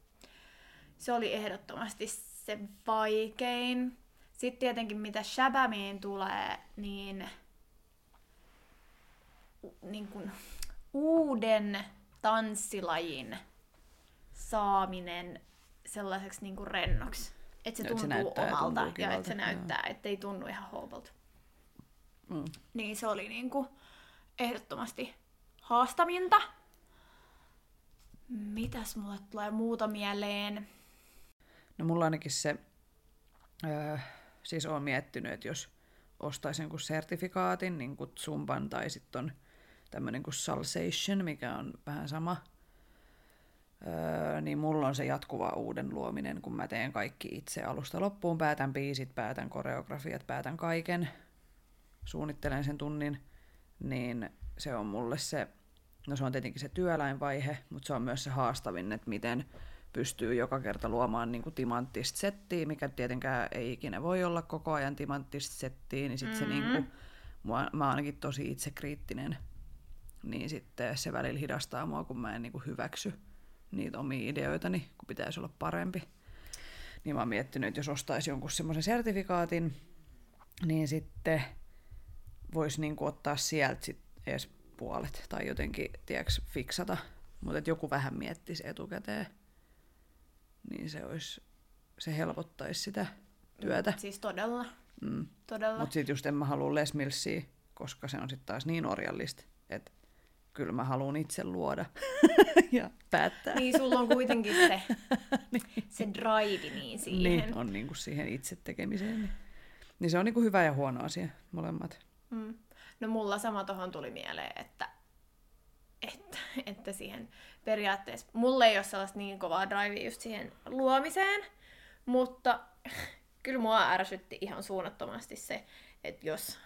Se oli ehdottomasti se vaikein. Sitten tietenkin mitä shabamiin tulee, niin, niin kun uuden tanssilajin saaminen sellaiseksi niinku rennoksi. Että se no, tuntuu se näyttää, omalta tuntuu ja että se kivalta, näyttää, ettei tunnu ihan hoopolta. Mm. Niin se oli niinku ehdottomasti haastavinta. Mitäs mulle tulee muuta mieleen? No mulla ainakin se, öö, siis oon miettinyt, että jos ostaisin jonkun sertifikaatin, niin kuin Zumban tai sitten on tämmöinen kuin Salsation, mikä on vähän sama, öö, niin mulla on se jatkuva uuden luominen, kun mä teen kaikki itse alusta loppuun, päätän biisit, päätän koreografiat, päätän kaiken, suunnittelen sen tunnin, niin se on mulle se, no se on tietenkin se työläinvaihe, mutta se on myös se haastavin, että miten pystyy joka kerta luomaan niin kuin timanttista settiä, mikä tietenkään ei ikinä voi olla koko ajan timanttista settiä, niin sitten mm-hmm. se niin kuin, mua, mä oon ainakin tosi itsekriittinen, niin sitten se välillä hidastaa mua, kun mä en niin kuin hyväksy niitä omia ideoitani, kun pitäisi olla parempi. Niin mä oon miettinyt, että jos ostaisi jonkun semmoisen sertifikaatin, niin sitten voisi niin kuin ottaa sieltä sit edes puolet tai jotenkin, tiedätkö, fiksata, mutta että joku vähän miettisi etukäteen, niin se olisi, se helpottaisi sitä työtä. Mm, siis todella. Mm. todella. Mutta sitten just en mä halua Les Millsia, koska se on sitten taas niin orjallista, että kyllä mä haluan itse luoda ja päättää. Niin, sulla on kuitenkin se, niin. se drive niin siihen. Niin, on niinku siihen itse tekemiseen. Niin, niin se on niinku hyvä ja huono asia, molemmat. Mm. No mulla sama tohon tuli mieleen, että, että, että siihen periaatteessa, mulla ei ole sellaista niin kovaa drivea just siihen luomiseen, mutta kyllä mua ärsytti ihan suunnattomasti se, että jos,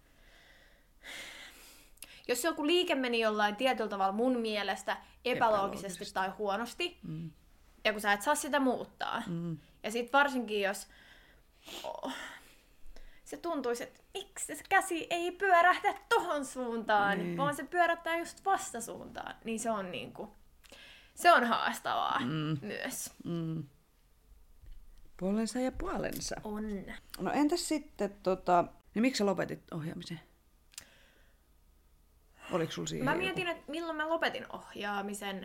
jos joku liike meni jollain tietyllä tavalla mun mielestä epäloogisesti, epäloogisesti. tai huonosti, mm. ja kun sä et saa sitä muuttaa, mm. ja sit varsinkin jos oh, se tuntuisi, että miksi se käsi ei pyörähdä tohon suuntaan, niin. vaan se pyörättää just vastasuuntaan, niin se on niinku, se on haastavaa mm. myös. Mm. Puolensa ja puolensa. On. No entäs sitten, tota, niin miksi sä lopetit ohjaamisen? Oliko sulla siihen Mä joku? mietin, että milloin mä lopetin ohjaamisen.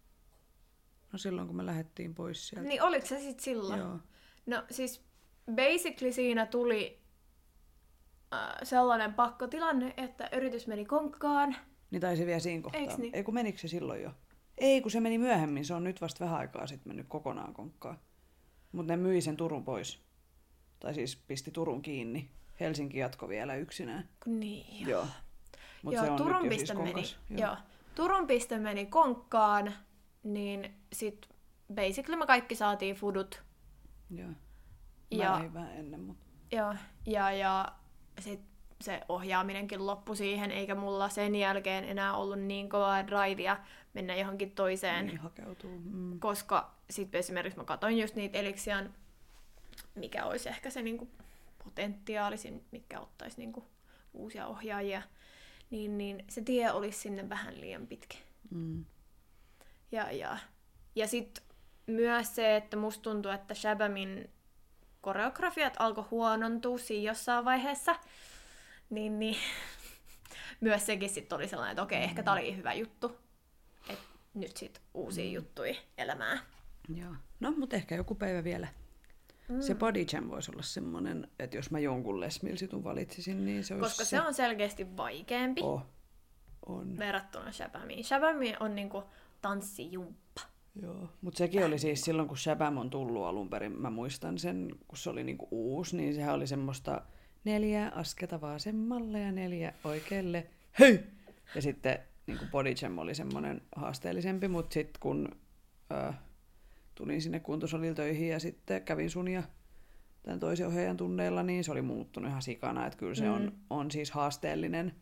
No silloin, kun me lähdettiin pois sieltä. Niin, oliko se sitten silloin? Joo. No siis basically siinä tuli äh, sellainen pakkotilanne, että yritys meni konkkaan. Niin taisi vielä siinä kohtaa. Niin? Ei kun menikö se silloin jo? Ei kun se meni myöhemmin, se on nyt vasta vähän aikaa sitten mennyt kokonaan konkkaan. Mutta ne myi sen Turun pois. Tai siis pisti Turun kiinni. Helsinki jatkoi vielä yksinään. Niin joo. Joo. Mut joo, se on Turun nyt jo piste siis meni, konkas. Joo. joo. Turun piste meni konkkaan, niin sit basically me kaikki saatiin fudut. Joo. Mä ja, lähdin vähän ennen, mutta... Joo, ja, ja sit se ohjaaminenkin loppui siihen, eikä mulla sen jälkeen enää ollut niin kovaa drivea mennä johonkin toiseen. Niin hakeutuu. Mm. Koska sit esimerkiksi mä katsoin just niitä Elixian, mikä olisi ehkä se niinku potentiaalisin, mikä ottaisi niinku uusia ohjaajia, niin, niin se tie olisi sinne vähän liian pitkä. Mm. Ja, ja, ja sitten myös se, että musta tuntuu, että Shabamin koreografiat alkoi huonontua siinä jossain vaiheessa, niin, niin myös sekin sitten oli sellainen, että okei, mm. ehkä tää oli hyvä juttu, että nyt sitten uusia mm. juttuja elämään. Joo. No, mutta ehkä joku päivä vielä. Mm. Se Body Jam voisi olla semmoinen, että jos mä jonkun Les Millsitun valitsisin, niin se olisi Koska se, se on selkeästi vaikeampi oh. on. verrattuna Shabamiin. Shabami on niinku tanssijumppa. Joo, mutta sekin oli siis silloin, kun Shabam on tullut alun perin, mä muistan sen, kun se oli niinku uusi, niin sehän oli semmoista neljä asketa vasemmalle ja neljä oikealle, hei! Ja sitten niinku Body Jam oli semmoinen haasteellisempi, mutta sitten kun äh, tulin sinne kuntosalille töihin ja sitten kävin sun ja tämän toisen ohjaajan tunneilla, niin se oli muuttunut ihan sikana, että kyllä se mm. on, on siis haasteellinen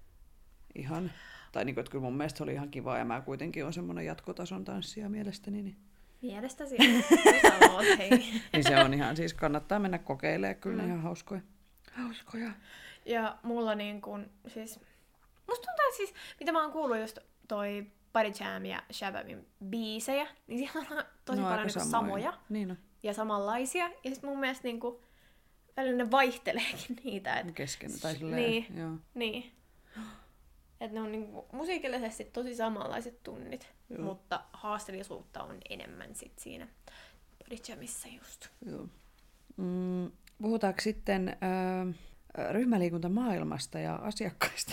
ihan. Tai niin kuin, että kyllä mun mielestä se oli ihan kiva ja mä kuitenkin on semmoinen jatkotason tanssija mielestäni. Niin... Mielestäsi? Sanoo, hei. Niin se on ihan, siis kannattaa mennä kokeilemaan, kyllä mm. ihan hauskoja. Hauskoja. Ja mulla niin kuin, siis, musta tuntuu, että siis, mitä mä oon kuullut just toi Body Jam ja Shabamin biisejä, niin siellä on tosi no, paljon niin samoja niin ja samanlaisia. Ja sit mun mielestä niin kuin, välillä ne vaihteleekin niitä. Et... Kesken, tai silleen, niin, joo. Niin. Että ne on niinku musiikillisesti tosi samanlaiset tunnit, Joo. mutta haasteellisuutta on enemmän sit siinä Body Jamissa just. Joo. Mm, puhutaanko sitten äh, ryhmäliikuntamaailmasta ja asiakkaista?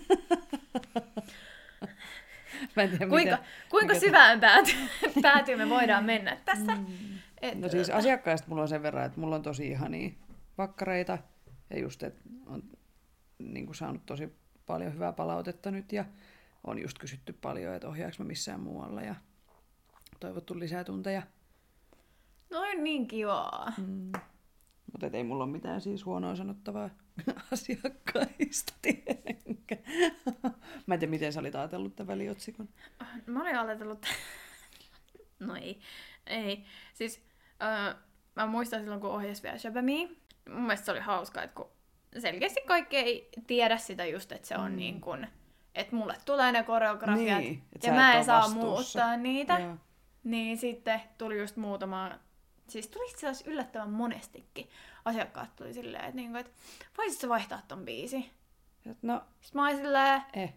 Mä en tiedä, kuinka miten, kuinka mikä syvään pääty, päätyy me voidaan mennä tässä? Mm. Et, no siis asiakkaista mulla on sen verran, että mulla on tosi ihania vakkareita ja just, että on niin kuin saanut tosi paljon hyvää palautetta nyt ja on just kysytty paljon, että ohjaanko mä missään muualla ja toivottu lisää tunteja. No on niin kivaa. Mm. Mutta ei mulla ole mitään siis huonoa sanottavaa asiakkaista tietenkään. Mä en tiedä, miten sä olit ajatellut tämän väliotsikon. Mä olin ajatellut... No ei. Ei. Siis äh, mä muistan silloin, kun ohjasi vielä Shabamia. Mun mielestä se oli hauska, että kun selkeästi kaikki ei tiedä sitä just, että se on mm. niin kuin... Että mulle tulee ne koreografiat niin, ja mä en saa muuttaa niitä. Joo. Niin sitten tuli just muutama... Siis tuli itse asiassa yllättävän monestikin. Asiakkaat tuli silleen, että, niinku, että voisit sä vaihtaa ton biisi? No. Sitten mä olin silleen... Eh.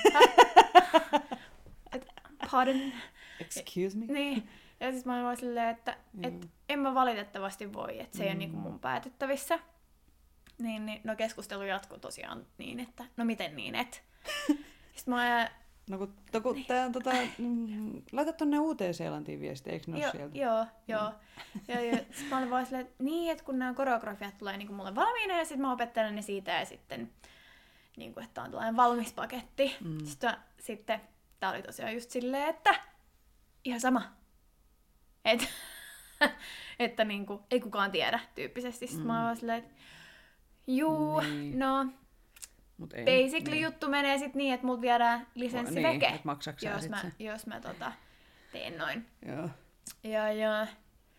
Et, pardon. Excuse me? Niin. Ja siis mä olin silleen, että et, en mä valitettavasti voi, että se ei mm. ole niinku mun päätettävissä. Niin, niin, no keskustelu jatkuu tosiaan niin, että no miten niin, et. Sitten mä No kun, no, kun niin. tää, tota, mm, laita tonne Uuteen-Seelantiin viesti, eikö ne jo, ole sieltä? Joo, joo. Ja, ja sitten mä olin vaan silleen, että niin, että kun nämä koreografiat tulee niin mulle valmiina ja sitten mä opettelen ne siitä ja sitten, niin kuin, että on tällainen valmis paketti. Mm. Sitten, sitten tää oli tosiaan just silleen, että ihan sama. Et, että niin kuin, ei kukaan tiedä tyyppisesti. Sitten mm. mä olin silleen, että juu, niin. no... Mut ei, basically niin. Juttu menee sit niin, että mut viedään lisenssi niin, veke, jos mä, jos mä tota, teen noin. Joo. Ja, ja,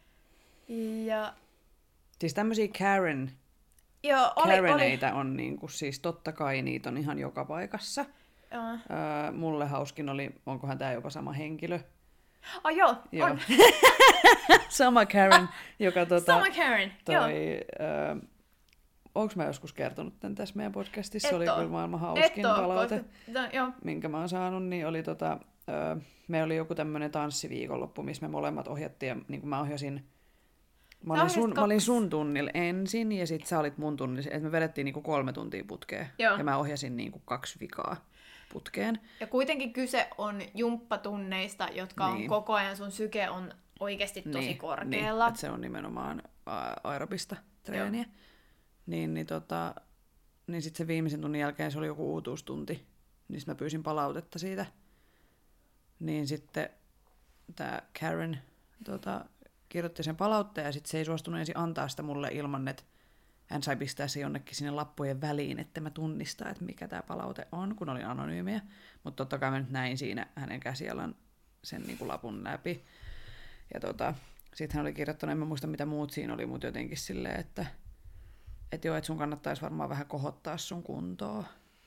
ja... Siis tämmösiä Karen, Joo, oli, Kareneita oli. on niinku, siis totta kai niitä on ihan joka paikassa. Joo. Öö, mulle hauskin oli, onkohan tää jopa sama henkilö? Oh joo, joo. on. Sama Karen, joka tota... Sama Karen, toi, joo. Öö, Onko mä joskus kertonut tämän tässä meidän podcastissa? Et Se oli kyllä maailman hauskin oo, palaute, koska, no, minkä mä oon saanut. Niin oli tota, ö, me oli joku tämmönen tanssiviikonloppu, missä me molemmat ohjattiin. Ja niin kuin mä ohjasin, mä olin, sun, mä olin sun tunnilla ensin ja sit sä olit mun tunnilla. Että me vedettiin niin kuin kolme tuntia putkeen. Joo. Ja mä ohjasin niin kuin kaksi vikaa putkeen. Ja kuitenkin kyse on jumppatunneista, jotka niin. on koko ajan, sun syke on oikeasti tosi niin, korkealla. Niin, että se on nimenomaan aerobista treeniä. Joo. Niin, niin, tota, niin sitten se viimeisen tunnin jälkeen se oli joku uutuustunti, niin mä pyysin palautetta siitä. Niin sitten tämä Karen tota, kirjoitti sen palautteen ja sitten se ei suostunut ensin antaa sitä mulle ilman, että hän sai pistää se jonnekin sinne lappujen väliin, että mä tunnistaa, että mikä tämä palaute on, kun oli anonyymiä. Mutta totta kai mä nyt näin siinä hänen käsialan sen niin kuin lapun läpi. Ja tota, sitten hän oli kirjoittanut, en mä muista mitä muut siinä oli, mutta jotenkin silleen, että Että joo, että sun kannattaisi varmaan vähän kohottaa sun kuntoa.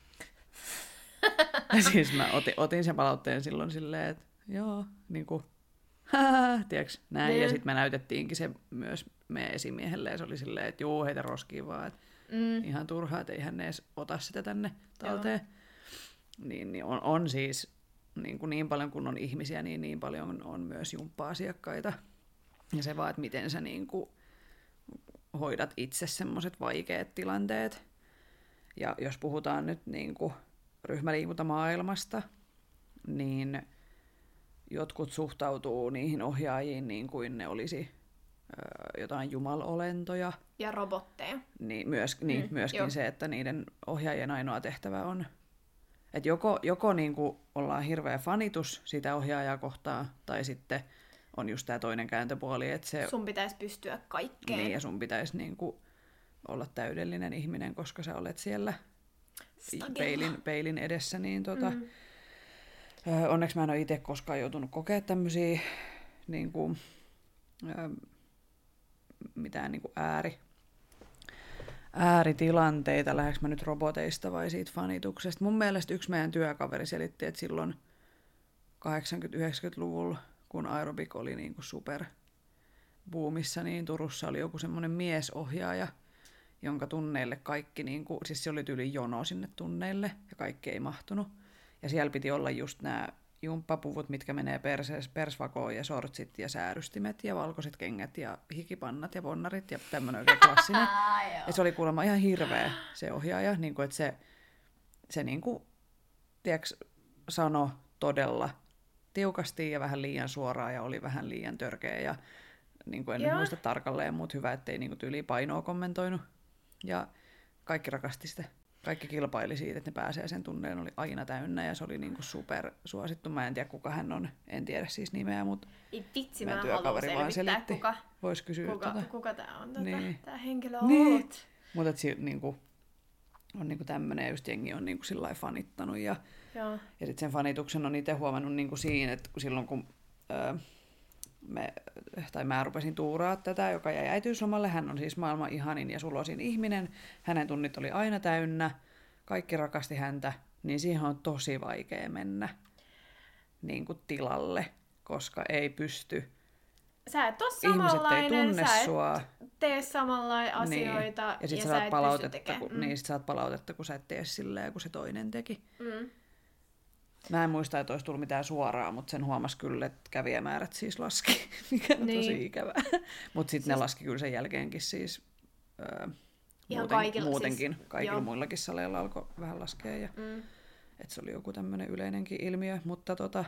Siis mä otin, otin sen palautteen silloin silleen, että joo, niinku, tiedätkö, näin. Ne. Ja sitten me näytettiinkin se myös meidän esimiehelle, ja se oli silleen, että juu, heitä roskiin vaan, että mm. ihan turhaa, että eihän ne edes ota sitä tänne talteen. Niin, niin on, on siis niin, kuin niin paljon kun on ihmisiä, niin niin paljon on myös jumppa-asiakkaita. Ja se vaan, että miten sä niin kuin hoidat itse semmoiset vaikeat tilanteet. Ja jos puhutaan nyt niin kuin ryhmäliikuntamaailmasta, niin jotkut suhtautuu niihin ohjaajiin niin kuin ne olisi ö, jotain jumalolentoja. Ja robotteja. Niin, myös, niin, mm, myöskin jo. Se, että niiden ohjaajien ainoa tehtävä on, että joko, joko niin kuin ollaan hirveä fanitus sitä ohjaajaa kohtaan, tai sitten on just tämä toinen kääntöpuoli, että se... Sun pitäisi pystyä kaikkeen. Niin, ja sun pitäisi niin kuin olla täydellinen ihminen, koska sä olet siellä peilin, peilin edessä. Niin tota, mm. ö, onneksi mä en ole itse koskaan joutunut kokea tämmöisiä niin kuin, ö, mitään niin kuin ääri, ääritilanteita. Lähdekö mä nyt roboteista vai siitä fanituksesta? Mun mielestä yksi meidän työkaveri selitti, että silloin kahdeksankymmentä-yhdeksänkymmentäluvulla, kun aerobik oli niin kuin super buumissa, niin Turussa oli joku semmoinen miesohjaaja, jonka tunneille kaikki, niin kuin, siis se oli tyyli jono sinne tunneille, ja kaikki ei mahtunut. Ja siellä piti olla just nämä jumppapuvut, mitkä menee persees, persvakoon ja sortsit ja säärystimet ja valkoiset kengät ja hikipannat ja bonnarit ja tämmöinen oikein klassinen. Ja se oli kuulemma ihan hirveä se ohjaaja, niin kuin, että se, se niin kuin, tiedätkö, sanoi todella tiukasti ja vähän liian suoraan ja oli vähän liian törkeä ja niin kuin en nyt muista tarkalleen, mutta hyvä, ettei niin kuin tyyliin painoa kommentoinut. Ja kaikki rakasti sitä. Kaikki kilpaili siitä, että ne pääsee sen tunneen, oli aina täynnä ja se oli niinku super suosittu. Mä en tiedä, kuka hän on, en tiedä siis nimeä, mutta vitsi, meidän työkaveri vaan selitti. Kuka, Vois kysyä kuka, tota. kuka tää on, tota, niin. tää henkilö on niin. ollut. Mutta si- niinku, on niinku tämmönen, ja just jengi on niinku sillai fanittanut. Ja, Joo. ja sit sen fanituksen on itse huomannut niinku siinä, että silloin kun öö, me, tai mä rupesin tuuraa tätä, joka jäi äitiyslomalle. Hän on siis maailman ihanin ja sulosin ihminen. Hänen tunnit oli aina täynnä. Kaikki rakasti häntä. Niin siihen on tosi vaikea mennä niin kuin tilalle, koska ei pysty. Sä et ole samanlainen, ihmiset ei tunne sä et sua. tee samanlaisia asioita. Niin. Ja sit ja sä sä saat et palautetta, kun, mm. niin sit saat palautetta, kun sä et tee silleen, kun se toinen teki. Mm. Mä en muista, että olisi tullut mitään suoraa, mutta sen huomasi kyllä, että kävijämäärät siis laski, mikä on niin. tosi ikävää. Mutta sitten siis... ne laski kyllä sen jälkeenkin siis öö, muuten, kaikilla, muutenkin. Siis, kaikilla joo. muillakin saleilla alkoi vähän laskea. Ja, mm. että se oli joku tämmöinen yleinenkin ilmiö, mutta, tota,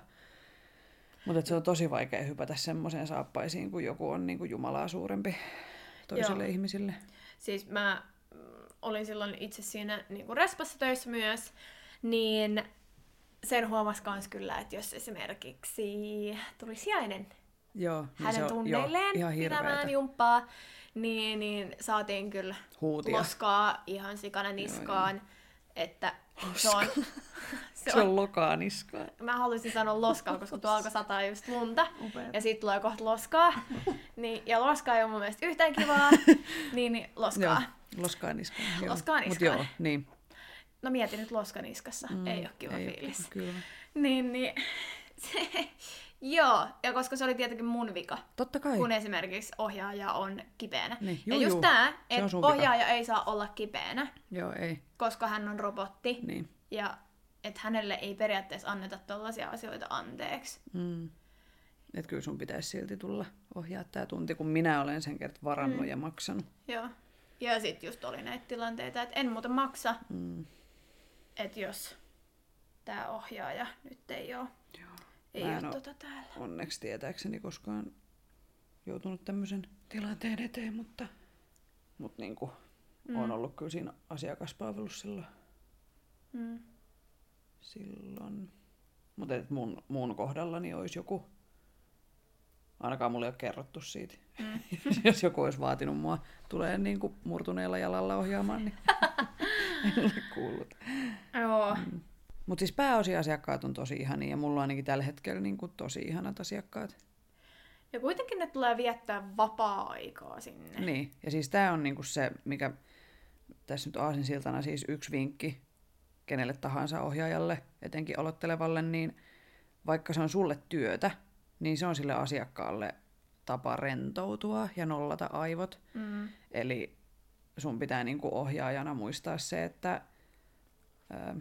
mutta se on tosi vaikea hypätä semmoiseen saappaisiin, kun joku on niin kuin Jumalaa suurempi toisille joo. ihmisille. Siis mä olin silloin itse siinä niin kuin respassa töissä myös, niin sen huomasi kans kyllä, että jos esimerkiksi tuli sijainen joo, hänen tunneilleen pitämään jumppaa, niin, niin saatiin kyllä huutia. Loskaa ihan sikana niskaan. Joo, että se on, se, se on, on lokaa niskaan. Mä haluaisin sanoa loskaa, koska tuo alkoi sataa just lunta. Upeat. Ja sit tulee kohta loskaa. Niin, ja loskaa ei ole mun mielestä yhtään kivaa. niin, niin loskaa. Joo, loskaa niskaan. Joo. Loskaa niskaan. Mut joo, niin. No mieti nyt loskaniskassa. Mm, ei ole kiva ei fiilis. Ole, kyllä. Niin, niin. Se, joo, ja koska se oli tietenkin mun vika. Totta kai. Kun esimerkiksi ohjaaja on kipeänä. Niin. Juu, ja just juu. tää, että ohjaaja ei saa olla kipeänä. Joo, ei. Koska hän on robotti. Niin. Ja että hänelle ei periaatteessa anneta tollaisia asioita anteeksi. Mm. Että kyllä sun pitäisi silti tulla ohjaa tää tunti, kun minä olen sen kerran varannut mm. ja maksanut. Joo. Ja sit just oli näitä tilanteita, että en muuta maksa. Mm. Että jos tää ohjaaja nyt ei oo, Joo. ei oo tota täällä. Onneksi tietääkseni koskaan joutunut tämmöisen tilanteen eteen, mutta, mutta niin kuin mm. on ollut kyllä siinä asiakaspalvelussa silloin. Mm. silloin. Mutta mun, mun kohdallani olisi joku, ainakaan mulle ei ole kerrottu siitä. Mm. Jos joku olisi vaatinut mua tulee niin kuin murtuneella jalalla ohjaamaan, niin en ole kuullut. Joo. Mm. Mutta siis pääosin asiakkaat on tosi ihania ja mulla on ainakin tällä hetkellä niin kuin tosi ihanat asiakkaat. Ja kuitenkin ne tulee viettää vapaa-aikaa sinne. Niin, ja siis tää on niin kuin se, mikä tässä nyt aasinsiltana siis yksi vinkki kenelle tahansa ohjaajalle, etenkin aloittelevalle, niin vaikka se on sulle työtä, niin se on sille asiakkaalle tapa rentoutua ja nollata aivot. Mm. Eli sun pitää niin kuin ohjaajana muistaa se, että ää,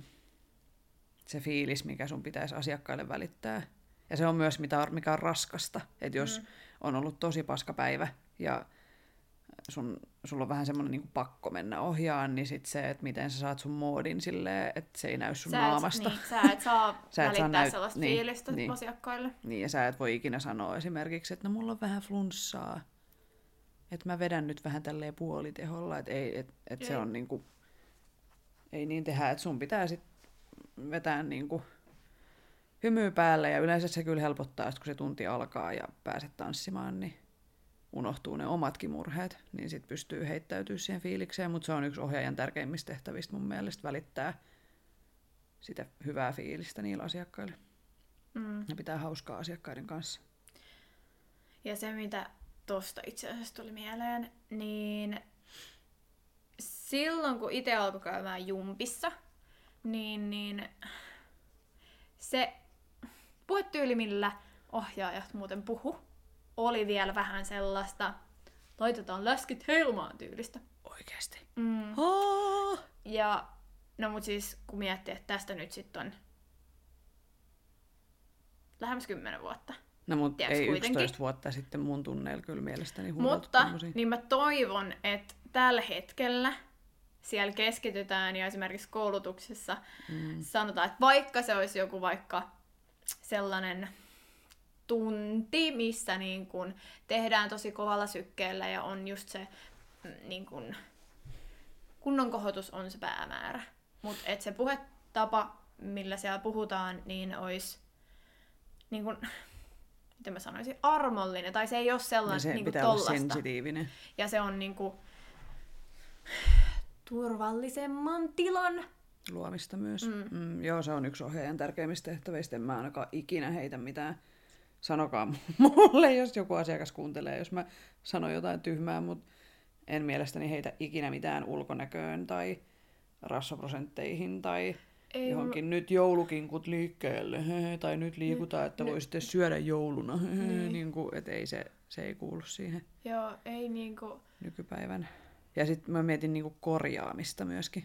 se fiilis, mikä sun pitäisi asiakkaille välittää. Ja se on myös, mikä on raskasta. Että jos mm. on ollut tosi paska päivä ja sun, sulla on vähän semmoinen niin kuin pakko mennä ohjaan, niin sit se, että miten sä saat sun moodin silleen, että se ei näy sun sä et, naamasta. Niin, sä et saa sä et välittää saa näyt... sellaista niin, fiilistä niin, asiakkaille. Niin, ja sä et voi ikinä sanoa esimerkiksi, että no mulla on vähän flunssaa. Että mä vedän nyt vähän tälleen puoliteholla, että ei, et, et se on niinku, ei niin tehdä, että sun pitää sit vetää niinku hymyä päälle, ja yleensä se kyllä helpottaa, että kun se tunti alkaa ja pääset tanssimaan, niin unohtuu ne omatkin murheet, niin sit pystyy heittäytyä siihen fiilikseen, mutta se on yksi ohjaajan tärkeimmistä tehtävistä mun mielestä välittää sitä hyvää fiilistä niillä asiakkailla. Mm. Ja pitää hauskaa asiakkaiden kanssa. Ja se, mitä tosta itse asiassa tuli mieleen, niin silloin kun itse alkoi käymään jumpissa, niin, niin se puhetyyli, millä ohjaajat muuten puhu, oli vielä vähän sellaista, laitetaan läskit helmaan tyylistä. Oikeesti? Mm. Oh! Ja no mut siis kun miettii, että tästä nyt sitten on lähemmäs kymmenen vuotta. No mutta Tiedätkö ei kuitenkin? yksitoista vuotta sitten mun tunneilla kyllä mielestäni huudeltu Mutta tommosia. niin mä toivon, että tällä hetkellä siellä keskitytään ja esimerkiksi koulutuksessa mm. sanotaan, että vaikka se olisi joku vaikka sellainen tunti, missä niin kun tehdään tosi kovalla sykkeellä ja on just se niin kun, kunnon kohotus on se päämäärä. Mutta että se puhetapa, millä siellä puhutaan, niin olisi niin kun, miten mä sanoisin, armollinen, tai se ei ole sellainen se niin pitää olla sensitiivinen. Ja se on niin kuin turvallisemman tilan luomista myös. Mm. Mm, joo, se on yksi ohjaajan tärkeimmistä tehtävistä. En mä ainakaan ikinä heitä mitään. Sanokaa mulle, jos joku asiakas kuuntelee, jos mä sanon jotain tyhmää, mutta en mielestäni heitä ikinä mitään ulkonäköön tai rasvaprosentteihin tai ei, johonkin mulla... nyt joulukinkut liikkeelle, hehe, tai nyt liikutaan, että voi sitten syödä jouluna, hehe, niin. Niin kuin, et ei se, se ei kuulu siihen. Joo, ei niinku... nykypäivän. Ja sitten mä mietin niinku korjaamista myöskin.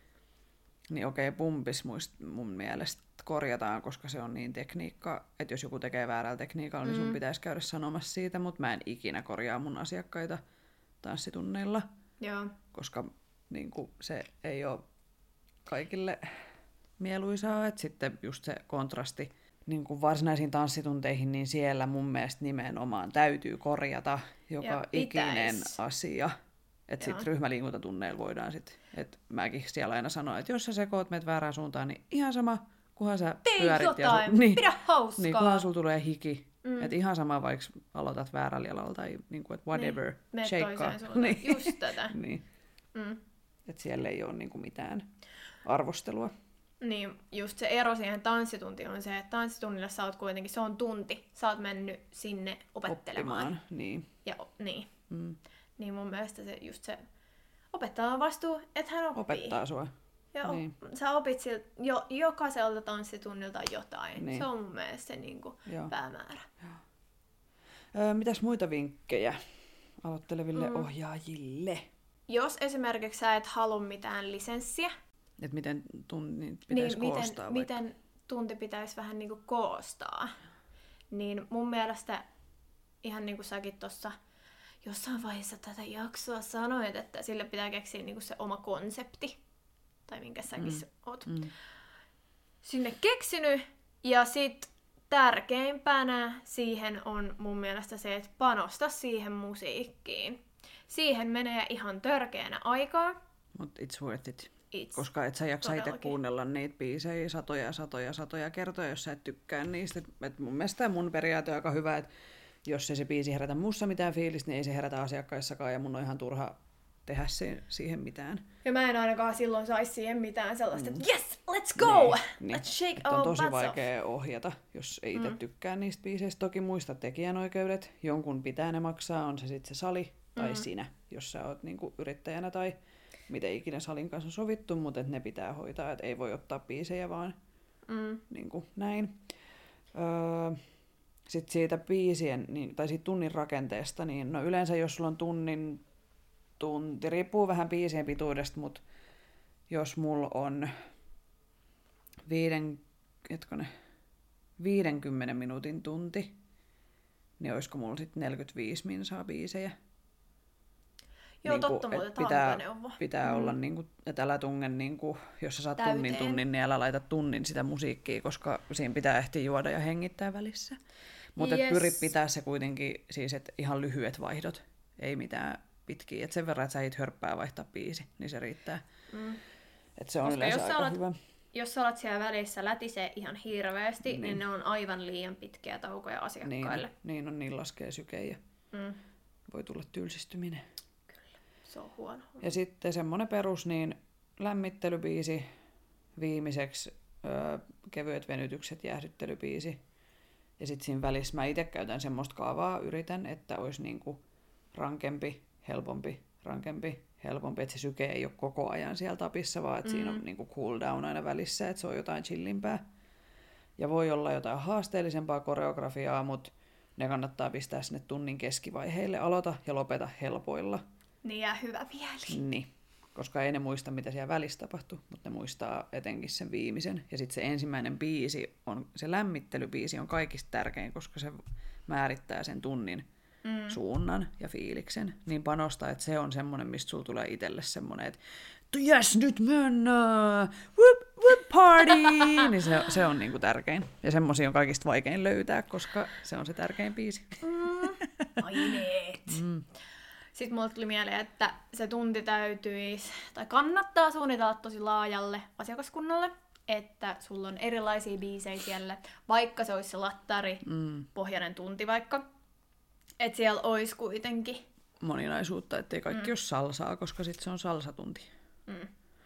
Niin okei, pumpis muist, mun mielestä korjataan, koska se on niin tekniikka, että jos joku tekee väärällä tekniikalla, mm. niin sun pitäisi käydä sanomassa siitä, mutta mä en ikinä korjaa mun asiakkaita tanssitunneilla. Joo. Koska niin kuin, se ei ole kaikille mieluisaa, että sitten just se kontrasti niin kuin varsinaisiin tanssitunteihin, niin siellä mun mielestä nimenomaan täytyy korjata joka ikinen asia. Että sitten ryhmäliikuntatunneilla voidaan sitten, että mäkin siellä aina sanon, että jos sä sekoot meet väärään suuntaan, niin ihan sama, kunhan sä Tee pyörit. jotain, ja su- niin, pidä hauskaa. Niin, kunhan sulla tulee hiki. Mm. Että ihan sama, vaikka aloitat väärällä jalalla tai niin kuin, että whatever, niin, shakeaa. Niin. Just tätä. niin. Mm. Että siellä ei ole niin kuin mitään arvostelua. Niin, just se ero siihen tanssituntiin on se, että tanssitunnilla sä oot kuitenkin, se on tunti, sä oot mennyt sinne opettelemaan. Oppimaan, niin. Ja, niin. Mm. Niin mun mielestä se, just se opettaja on vastuu, että hän oppii. Opettaa sua. Ja niin. Sä opit siltä, jo, jokaiselta tanssitunnilta jotain. Niin. Se on mun mielestä se niin kuin päämäärä. Joo. Öö, mitäs muita vinkkejä aloitteleville mm. ohjaajille? Jos esimerkiksi sä et halua mitään lisenssiä, että miten tunti pitäisi niin koostaa? Miten, miten tunti pitäisi vähän niin kuin koostaa? Niin mun mielestä, ihan niin kuin säkin tuossa jossain vaiheessa tätä jaksoa sanoit, että sille pitää keksiä niin kuin se oma konsepti. Tai minkä säkin mm. oot mm. sinne keksinyt. Ja sit tärkeimpänä siihen on mun mielestä se, että panosta siihen musiikkiin. Siihen menee ihan törkeänä aikaa. Mutta it's worth it. It's koska et sä jaksa itse todellakin. kuunnella niitä biisejä satoja ja satoja ja satoja kertoja, jos sä et tykkää niistä. Et mun mielestä mun periaate on aika hyvä, että jos ei se biisi herätä mussa mitään fiilistä, niin ei se herätä asiakkaissakaan ja mun on ihan turha tehdä se, siihen mitään. Ja mä en ainakaan silloin saisi siihen mitään sellaista, että mm. yes, let's go! Niin, let's shake niin. our On tosi butts vaikea ohjata, jos ei itse mm. tykkää niistä biiseistä. Toki muista tekijänoikeudet, jonkun pitää ne maksaa, on se sitten se sali tai mm. sinä, jos sä oot niinku yrittäjänä tai miten ikinä salin kanssa on sovittu, mutta ne pitää hoitaa, että ei voi ottaa biisejä vaan mm. niinku näin. Öö, Sitten siitä biisien, niin, tai siitä tunnin rakenteesta, niin no yleensä jos sulla on tunnin tunti, riippuu vähän biisien pituudesta, mutta jos mulla on viiden, hetkone, viidenkymmenen minuutin tunti, niin olisiko mulla sitten neljäkymmentäviisi minsaa biisejä. Joo, niin totta muuten, pitää, neuvo. pitää mm. olla, niin kuin, että älä tungen, niin kuin, jos sä saat Täyteen. tunnin tunnin, niin älä laita tunnin sitä musiikkia, koska siinä pitää ehtiä juoda ja hengittää välissä. Mutta yes. pyri pitää se kuitenkin, siis et ihan lyhyet vaihdot, ei mitään pitkiä. Et sen verran, että sä et hörppää vaihtaa biisi, niin se riittää. Mm. Et se on koska yleensä jos aika alat, hyvä. Jos sä alat siellä välissä lätisee ihan hirveästi, niin. niin ne on aivan liian pitkiä taukoja asiakkaille. Niin, niin on, niin laskee syke ja mm. voi tulla tylsistyminen. Kyllä, se on huono. Ja sitten semmoinen perus, niin lämmittelybiisi, viimeiseksi öö, kevyet venytykset, jäähdyttelybiisi. Ja sitten siinä välissä mä itse käytän semmoista kaavaa, yritän, että olisi niinku rankempi, helpompi, rankempi, helpompi, että se syke ei ole koko ajan siellä tapissa, vaan että mm. siinä on niinku cool down aina välissä, että se on jotain chillimpää. Ja voi olla jotain haasteellisempaa koreografiaa, mutta ne kannattaa pistää sinne tunnin keskivaiheille. Aloita ja lopeta helpoilla. Niin jää hyvä mieli. Niin, koska ei ne muista, mitä siellä välissä tapahtui, mutta ne muistaa etenkin sen viimeisen. Ja sitten se ensimmäinen biisi, on, se lämmittelybiisi on kaikista tärkein, koska se määrittää sen tunnin mm. suunnan ja fiiliksen. Niin panostaa, että se on semmoinen, mistä sulla tulee itselle semmoinen, että jes, nyt mennään! Whoop, whoop, party! Niin se, se on niinku tärkein. Ja semmosia on kaikista vaikein löytää, koska se on se tärkein biisi. Mm. Aineet! Mm. Sitten mulle tuli mieleen, että se tunti täytyisi, tai kannattaa suunnitella tosi laajalle asiakaskunnalle, että sulla on erilaisia biisejä siellä, vaikka se olisi se lattari, mm. pohjainen tunti vaikka, että siellä olisi kuitenkin moninaisuutta, ettei kaikki mm. ole salsaa, koska sitten se on salsatunti. Mm.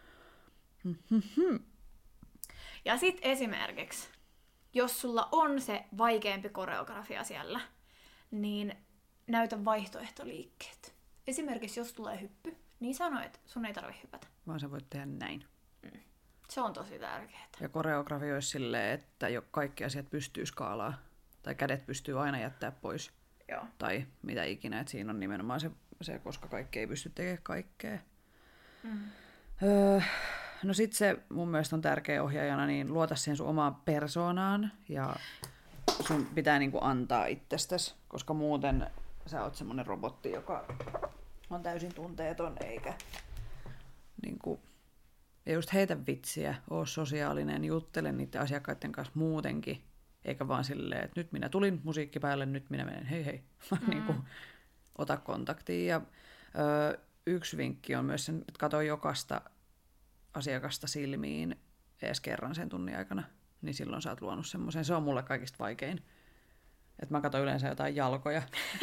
Mm-hmm. Ja sitten esimerkiksi, jos sulla on se vaikeampi koreografia siellä, niin näytä vaihtoehtoliikkeet. Esimerkiksi jos tulee hyppy, niin sano, että sun ei tarvitse hypätä. Vaan sä voit tehdä näin. Mm. Se on tosi tärkeää. Ja koreografia olisi silleen, että jo kaikki asiat pystyy skaalaa. Tai kädet pystyy aina jättää pois. Joo. Tai mitä ikinä. Että siinä on nimenomaan se, se, koska kaikki ei pysty tekemään kaikkea. Mm. Öö, no sit se mun mielestä on tärkeä ohjaajana, niin luota siihen sun omaan persoonaan. Ja sun pitää niinku antaa itsestäsi, koska muuten sä oot semmonen robotti, joka on täysin tunteeton, eikä niinku, ei just heitä vitsiä, oo sosiaalinen, juttele niiden asiakkaiden kanssa muutenkin, eikä vaan silleen, että nyt minä tulin musiikki päälle, nyt minä menen, hei hei, mm. niinku, ota kontaktia. Ja, ö, yksi vinkki on myös sen, että katso jokaista asiakasta silmiin edes kerran sen tunnin aikana, niin silloin sä oot luonut semmoisen. Se on mulle kaikista vaikein. Että mä katson yleensä jotain jalkoja.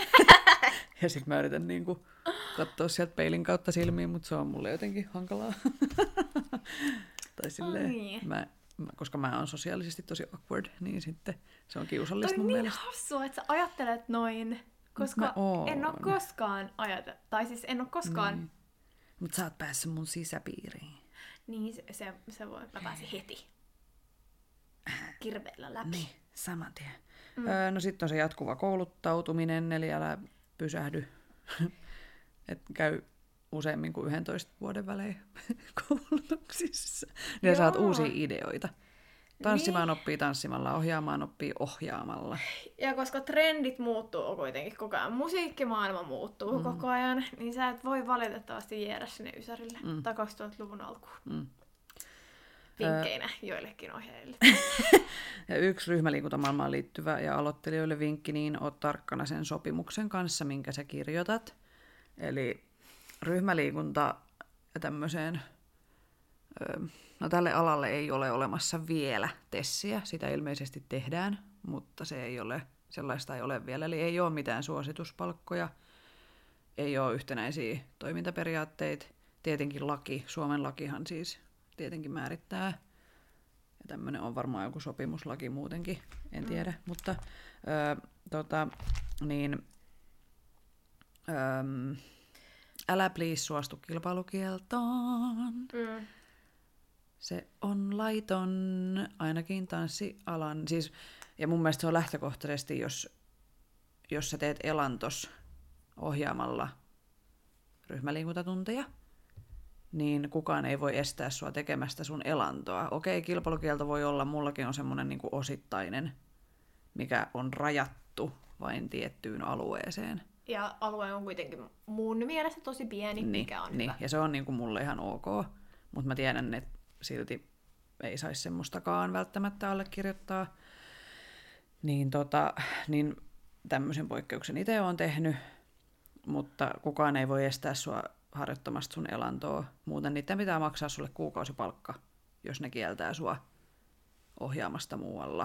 Ja sit mä yritän niinku katsoa sieltä peilin kautta silmiin, mutta se on mulle jotenkin hankalaa. Tai silleen, niin. mä, mä, koska mä oon sosiaalisesti tosi awkward, niin sitten se on kiusallista mun niin mielestä. Toi niin hassua, että sä ajattelet noin, koska en oo koskaan ajatellut, tai siis en oo koskaan... Niin. Mut sä oot päässyt mun sisäpiiriin. Niin, se, se, se voi, mä pääsin heti kirveellä läpi. Niin, saman tien. Mm. Öö, no sitten on se jatkuva kouluttautuminen, eli älä pysähdy. Et käy useammin kuin yhdentoista vuoden välein koulutuksissa. Ja saat uusia ideoita. Tanssimaan niin. Oppii tanssimalla, ohjaamaan oppii ohjaamalla. Ja koska trendit muuttuu kuitenkin koko ajan, musiikkimaailma muuttuu mm. koko ajan, niin sä et voi valitettavasti jäädä sinne ysärille mm. tai kaksituhattaluvun alkuun. Mm. Vinkkeinä Ö... joillekin ohjaajille. Ja yksi ryhmäliikuntamaailmaan liittyvä ja aloittelijoille vinkki, niin oot tarkkana sen sopimuksen kanssa, minkä sä kirjoitat. Eli ryhmäliikunta ja tämmöiseen... Ö, No tälle alalle ei ole olemassa vielä tessiä, sitä ilmeisesti tehdään, mutta se ei ole, sellaista ei ole vielä. Eli ei ole mitään suosituspalkkoja, ei ole yhtenäisiä toimintaperiaatteita. Tietenkin laki, Suomen lakihan siis tietenkin määrittää. Ja tämmöinen on varmaan joku sopimuslaki muutenkin, en tiedä. Mm. Mutta ö, tota, niin, ö, älä please suostu kilpailukieltoon. Mm. Se on laiton, ainakin tanssialan. Siis, ja mun mielestä se on lähtökohtaisesti, jos, jos sä teet elantos ohjaamalla ryhmäliikuntatunteja, niin kukaan ei voi estää sua tekemästä sun elantoa. Okei, kilpailukielto voi olla, mullakin on semmoinen niin kuin osittainen, mikä on rajattu vain tiettyyn alueeseen. Ja alue on kuitenkin mun mielestä tosi pieni, niin, mikä on niin. hyvä. Ja se on niin kuin mulle ihan ok, mutta mä tiedän, että silti ei saisi semmoistakaan välttämättä allekirjoittaa. Niin, tota, niin tämmöisen poikkeuksen itse olen tehnyt, mutta kukaan ei voi estää sua harjoittamasta sun elantoa. Muuten niiden pitää maksaa sulle kuukausipalkka, jos ne kieltää sua ohjaamasta muualla.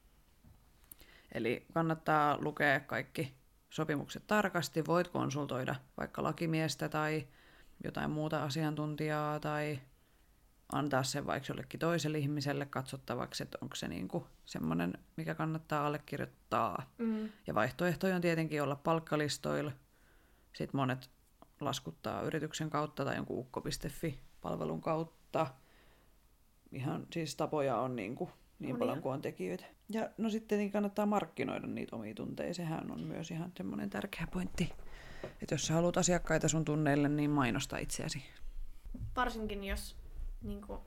Eli kannattaa lukea kaikki sopimukset tarkasti. Voit konsultoida vaikka lakimiestä tai jotain muuta asiantuntijaa tai antaa sen vaikka jollekin toiselle ihmiselle katsottavaksi, että onko se niinku semmoinen, mikä kannattaa allekirjoittaa. Mm. Ja vaihtoehtoja on tietenkin olla palkkalistoilla. Sitten monet laskuttaa yrityksen kautta tai jonkun ukko piste fi-palvelun kautta. Ihan siis tapoja on niinku niin Monia. Paljon kuin on tekijöitä. Ja no sitten tietenkin kannattaa markkinoida niitä omia tunteja. Sehän on myös ihan semmoinen tärkeä pointti. Että jos sä haluat asiakkaita sun tunneille, niin mainosta itseäsi. varsinkin jos niin kuin,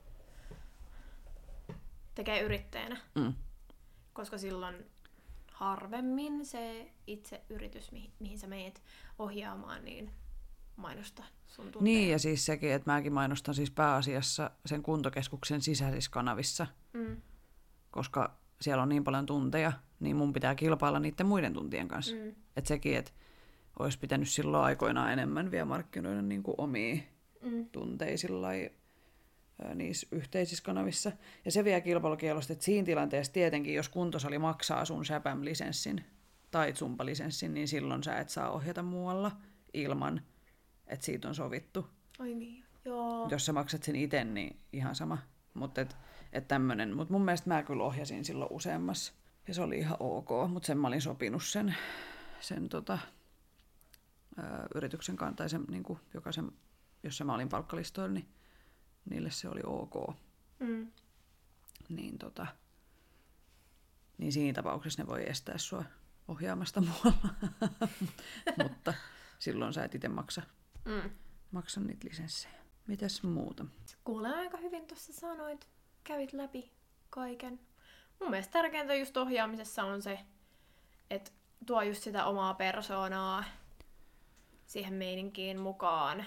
tekee yrittäjänä. Mm. Koska silloin harvemmin se itse yritys, mihin, mihin sä meet ohjaamaan, niin mainosta sun tunteja. Niin, ja siis sekin, että mäkin mainostan siis pääasiassa sen kuntokeskuksen sisäisissä kanavissa, Mm. koska siellä on niin paljon tunteja, niin mun pitää kilpailla niiden muiden tuntien kanssa. Mm. Että sekin, että olisi pitänyt silloin aikoinaan enemmän vielä markkinoida niin kuin omia Mm. tunteja sillai, ää, niissä yhteisissä kanavissa. Ja se vielä kilpailukielosta, että siinä tilanteessa tietenkin, jos kuntosali maksaa sun Säpäm-lisenssin tai Zumba-lisenssin, niin silloin sä et saa ohjata muualla ilman, että siitä on sovittu. Ai niin, joo. Jos sä maksat sen itse, niin ihan sama. Mutta et, et tämmönen. Mut mun mielestä mä kyllä ohjasin silloin useammassa. Ja se oli ihan ok, mutta sen mä olin sopinut sen, sen tota, ää, yrityksen kanssa, tai sen, niin kuin, jokaisen, jos mä olin palkkalistoilla, niin niille se oli ok. Mm. Niin, tota, niin siinä tapauksessa ne voi estää sua ohjaamasta muualla. Mutta silloin sä et itse maksa, Mm. maksa niitä lisenssejä. Mitäs muuta? Kuulen aika hyvin tuossa sanoit, kävit läpi kaiken. Mun mielestä tärkeintä just ohjaamisessa on se, että tuo just sitä omaa persoonaa siihen meininkiin mukaan.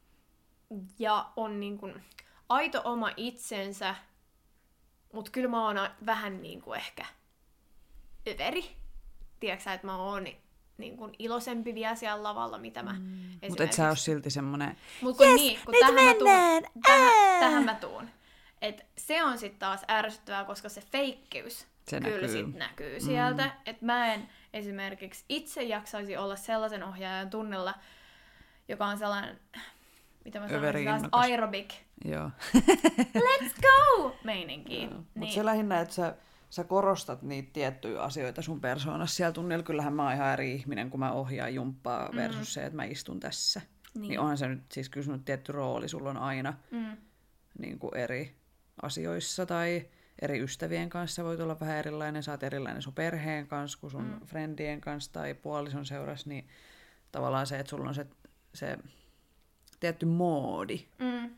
Ja on niin kuin aito oma itsensä, mutta kyllä mä oon a- vähän niin kuin ehkä överi. Tiedätkö sä, että mä oon niin kuin iloisempi vielä siellä lavalla, mitä mä mm. Mutta et sä oo silti semmonen, Mut kun yes, niin, kun nyt tähän mä tuun, mennään! tähän, tähän mä tuun. Et se on sitten taas ärsyttävää, koska se feikkeys Se kyllä näkyy. sit näkyy sieltä. Mm. Että mä en esimerkiksi itse jaksaisi olla sellaisen ohjaajan tunnella, joka on sellainen, mitä mä sanoisin, taas aerobic. Joo. Let's go! Meininki. Mutta Niin. se lähinnä, että sä, sä korostat niitä tiettyjä asioita sun persoonassa siellä tunnilla. Kyllähän mä oon ihan eri ihminen, kun mä ohjaan jumppaa Mm. versus se, että mä istun tässä. Niin. Niin onhan se nyt siis kyllä sun tietty rooli. Sulla on aina Mm. niin kuin eri asioissa tai eri ystävien kanssa voit olla vähän erilainen. Sä oot erilainen sun perheen kanssa kuin sun mm. friendien kanssa tai puolison seurassa. Niin tavallaan se, että sulla on se, se tietty moodi Mm.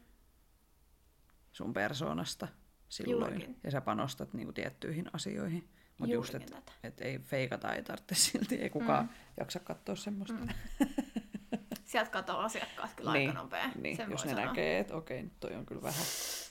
sun persoonasta silloin. Juurikin. Ja sä panostat niinku tiettyihin asioihin. Mutta just, Juurikin että tätä. et ei feikata, ei tarvitse silti. Ei kukaan mm. jaksa katsoa semmoista. Mm. Sieltä katoaa asiakkaat kyllä niin, aika nopea. niin, Sen jos voi ne sanoa. näkee, että okei, nyt toi on kyllä vähän.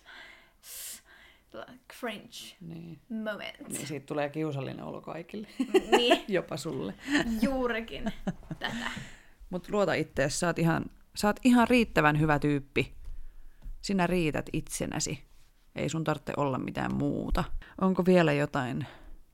Cringe Niin. moment. Niin siitä tulee kiusallinen olo kaikille. Niin. Jopa sulle. Juurikin tätä. Mutta luota ittees, sä oot, ihan, sä oot ihan riittävän hyvä tyyppi. Sinä riität itsenäsi. Ei sun tarvitse olla mitään muuta. Onko vielä jotain?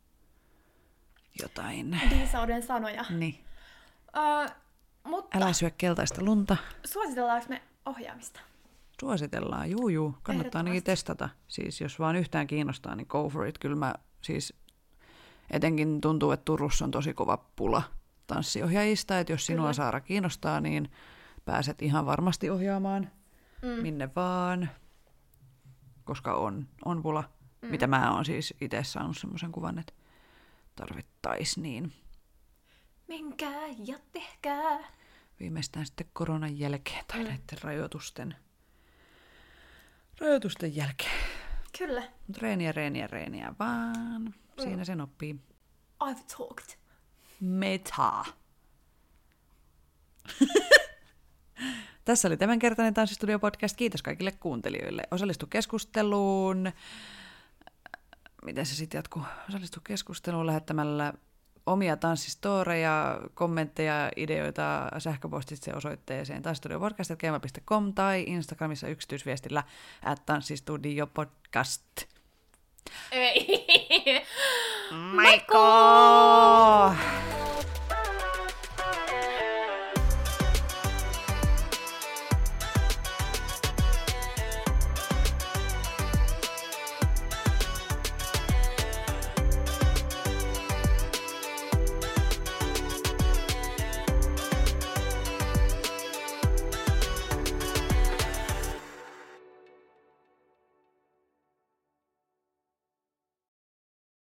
Jotain. Viisauden sanoja. Niin. Uh, mutta Älä syö keltaista lunta. suositellaanko me ohjaamista? Suositellaan, juu juu. Kannattaa ainakin testata. Siis jos vaan yhtään kiinnostaa, niin go for it. Kyllä mä siis etenkin tuntuu, että Turussa on tosi kova pula tanssiohjaajista. Että jos sinua Kyllä. Saara kiinnostaa, niin pääset ihan varmasti ohjaamaan Mm. minne vaan. Koska on, on pula. Mm. Mitä mä oon siis itse saanut semmoisen kuvan, että tarvittais niin. Menkää ja tehkää. Viimeistään sitten koronan jälkeen tai Mm. näiden rajoitusten, rajoitusten jälkeen. Kyllä. Mut reeniä, reeniä, reeniä vaan. Siinä sen oppii. I've talked. Meta. Tässä oli tämänkertainen Tanssistudio-podcast. Kiitos kaikille kuuntelijoille. Osallistu keskusteluun. Miten se sitten jatkuu? Osallistu keskusteluun lähettämällä omia tanssistoreja, kommentteja, ideoita sähköpostitse osoitteeseen tanssistudiopodcast piste gmail piste com tai Instagramissa yksityisviestillä at tanssistudiopodcast. Ei. Maikko!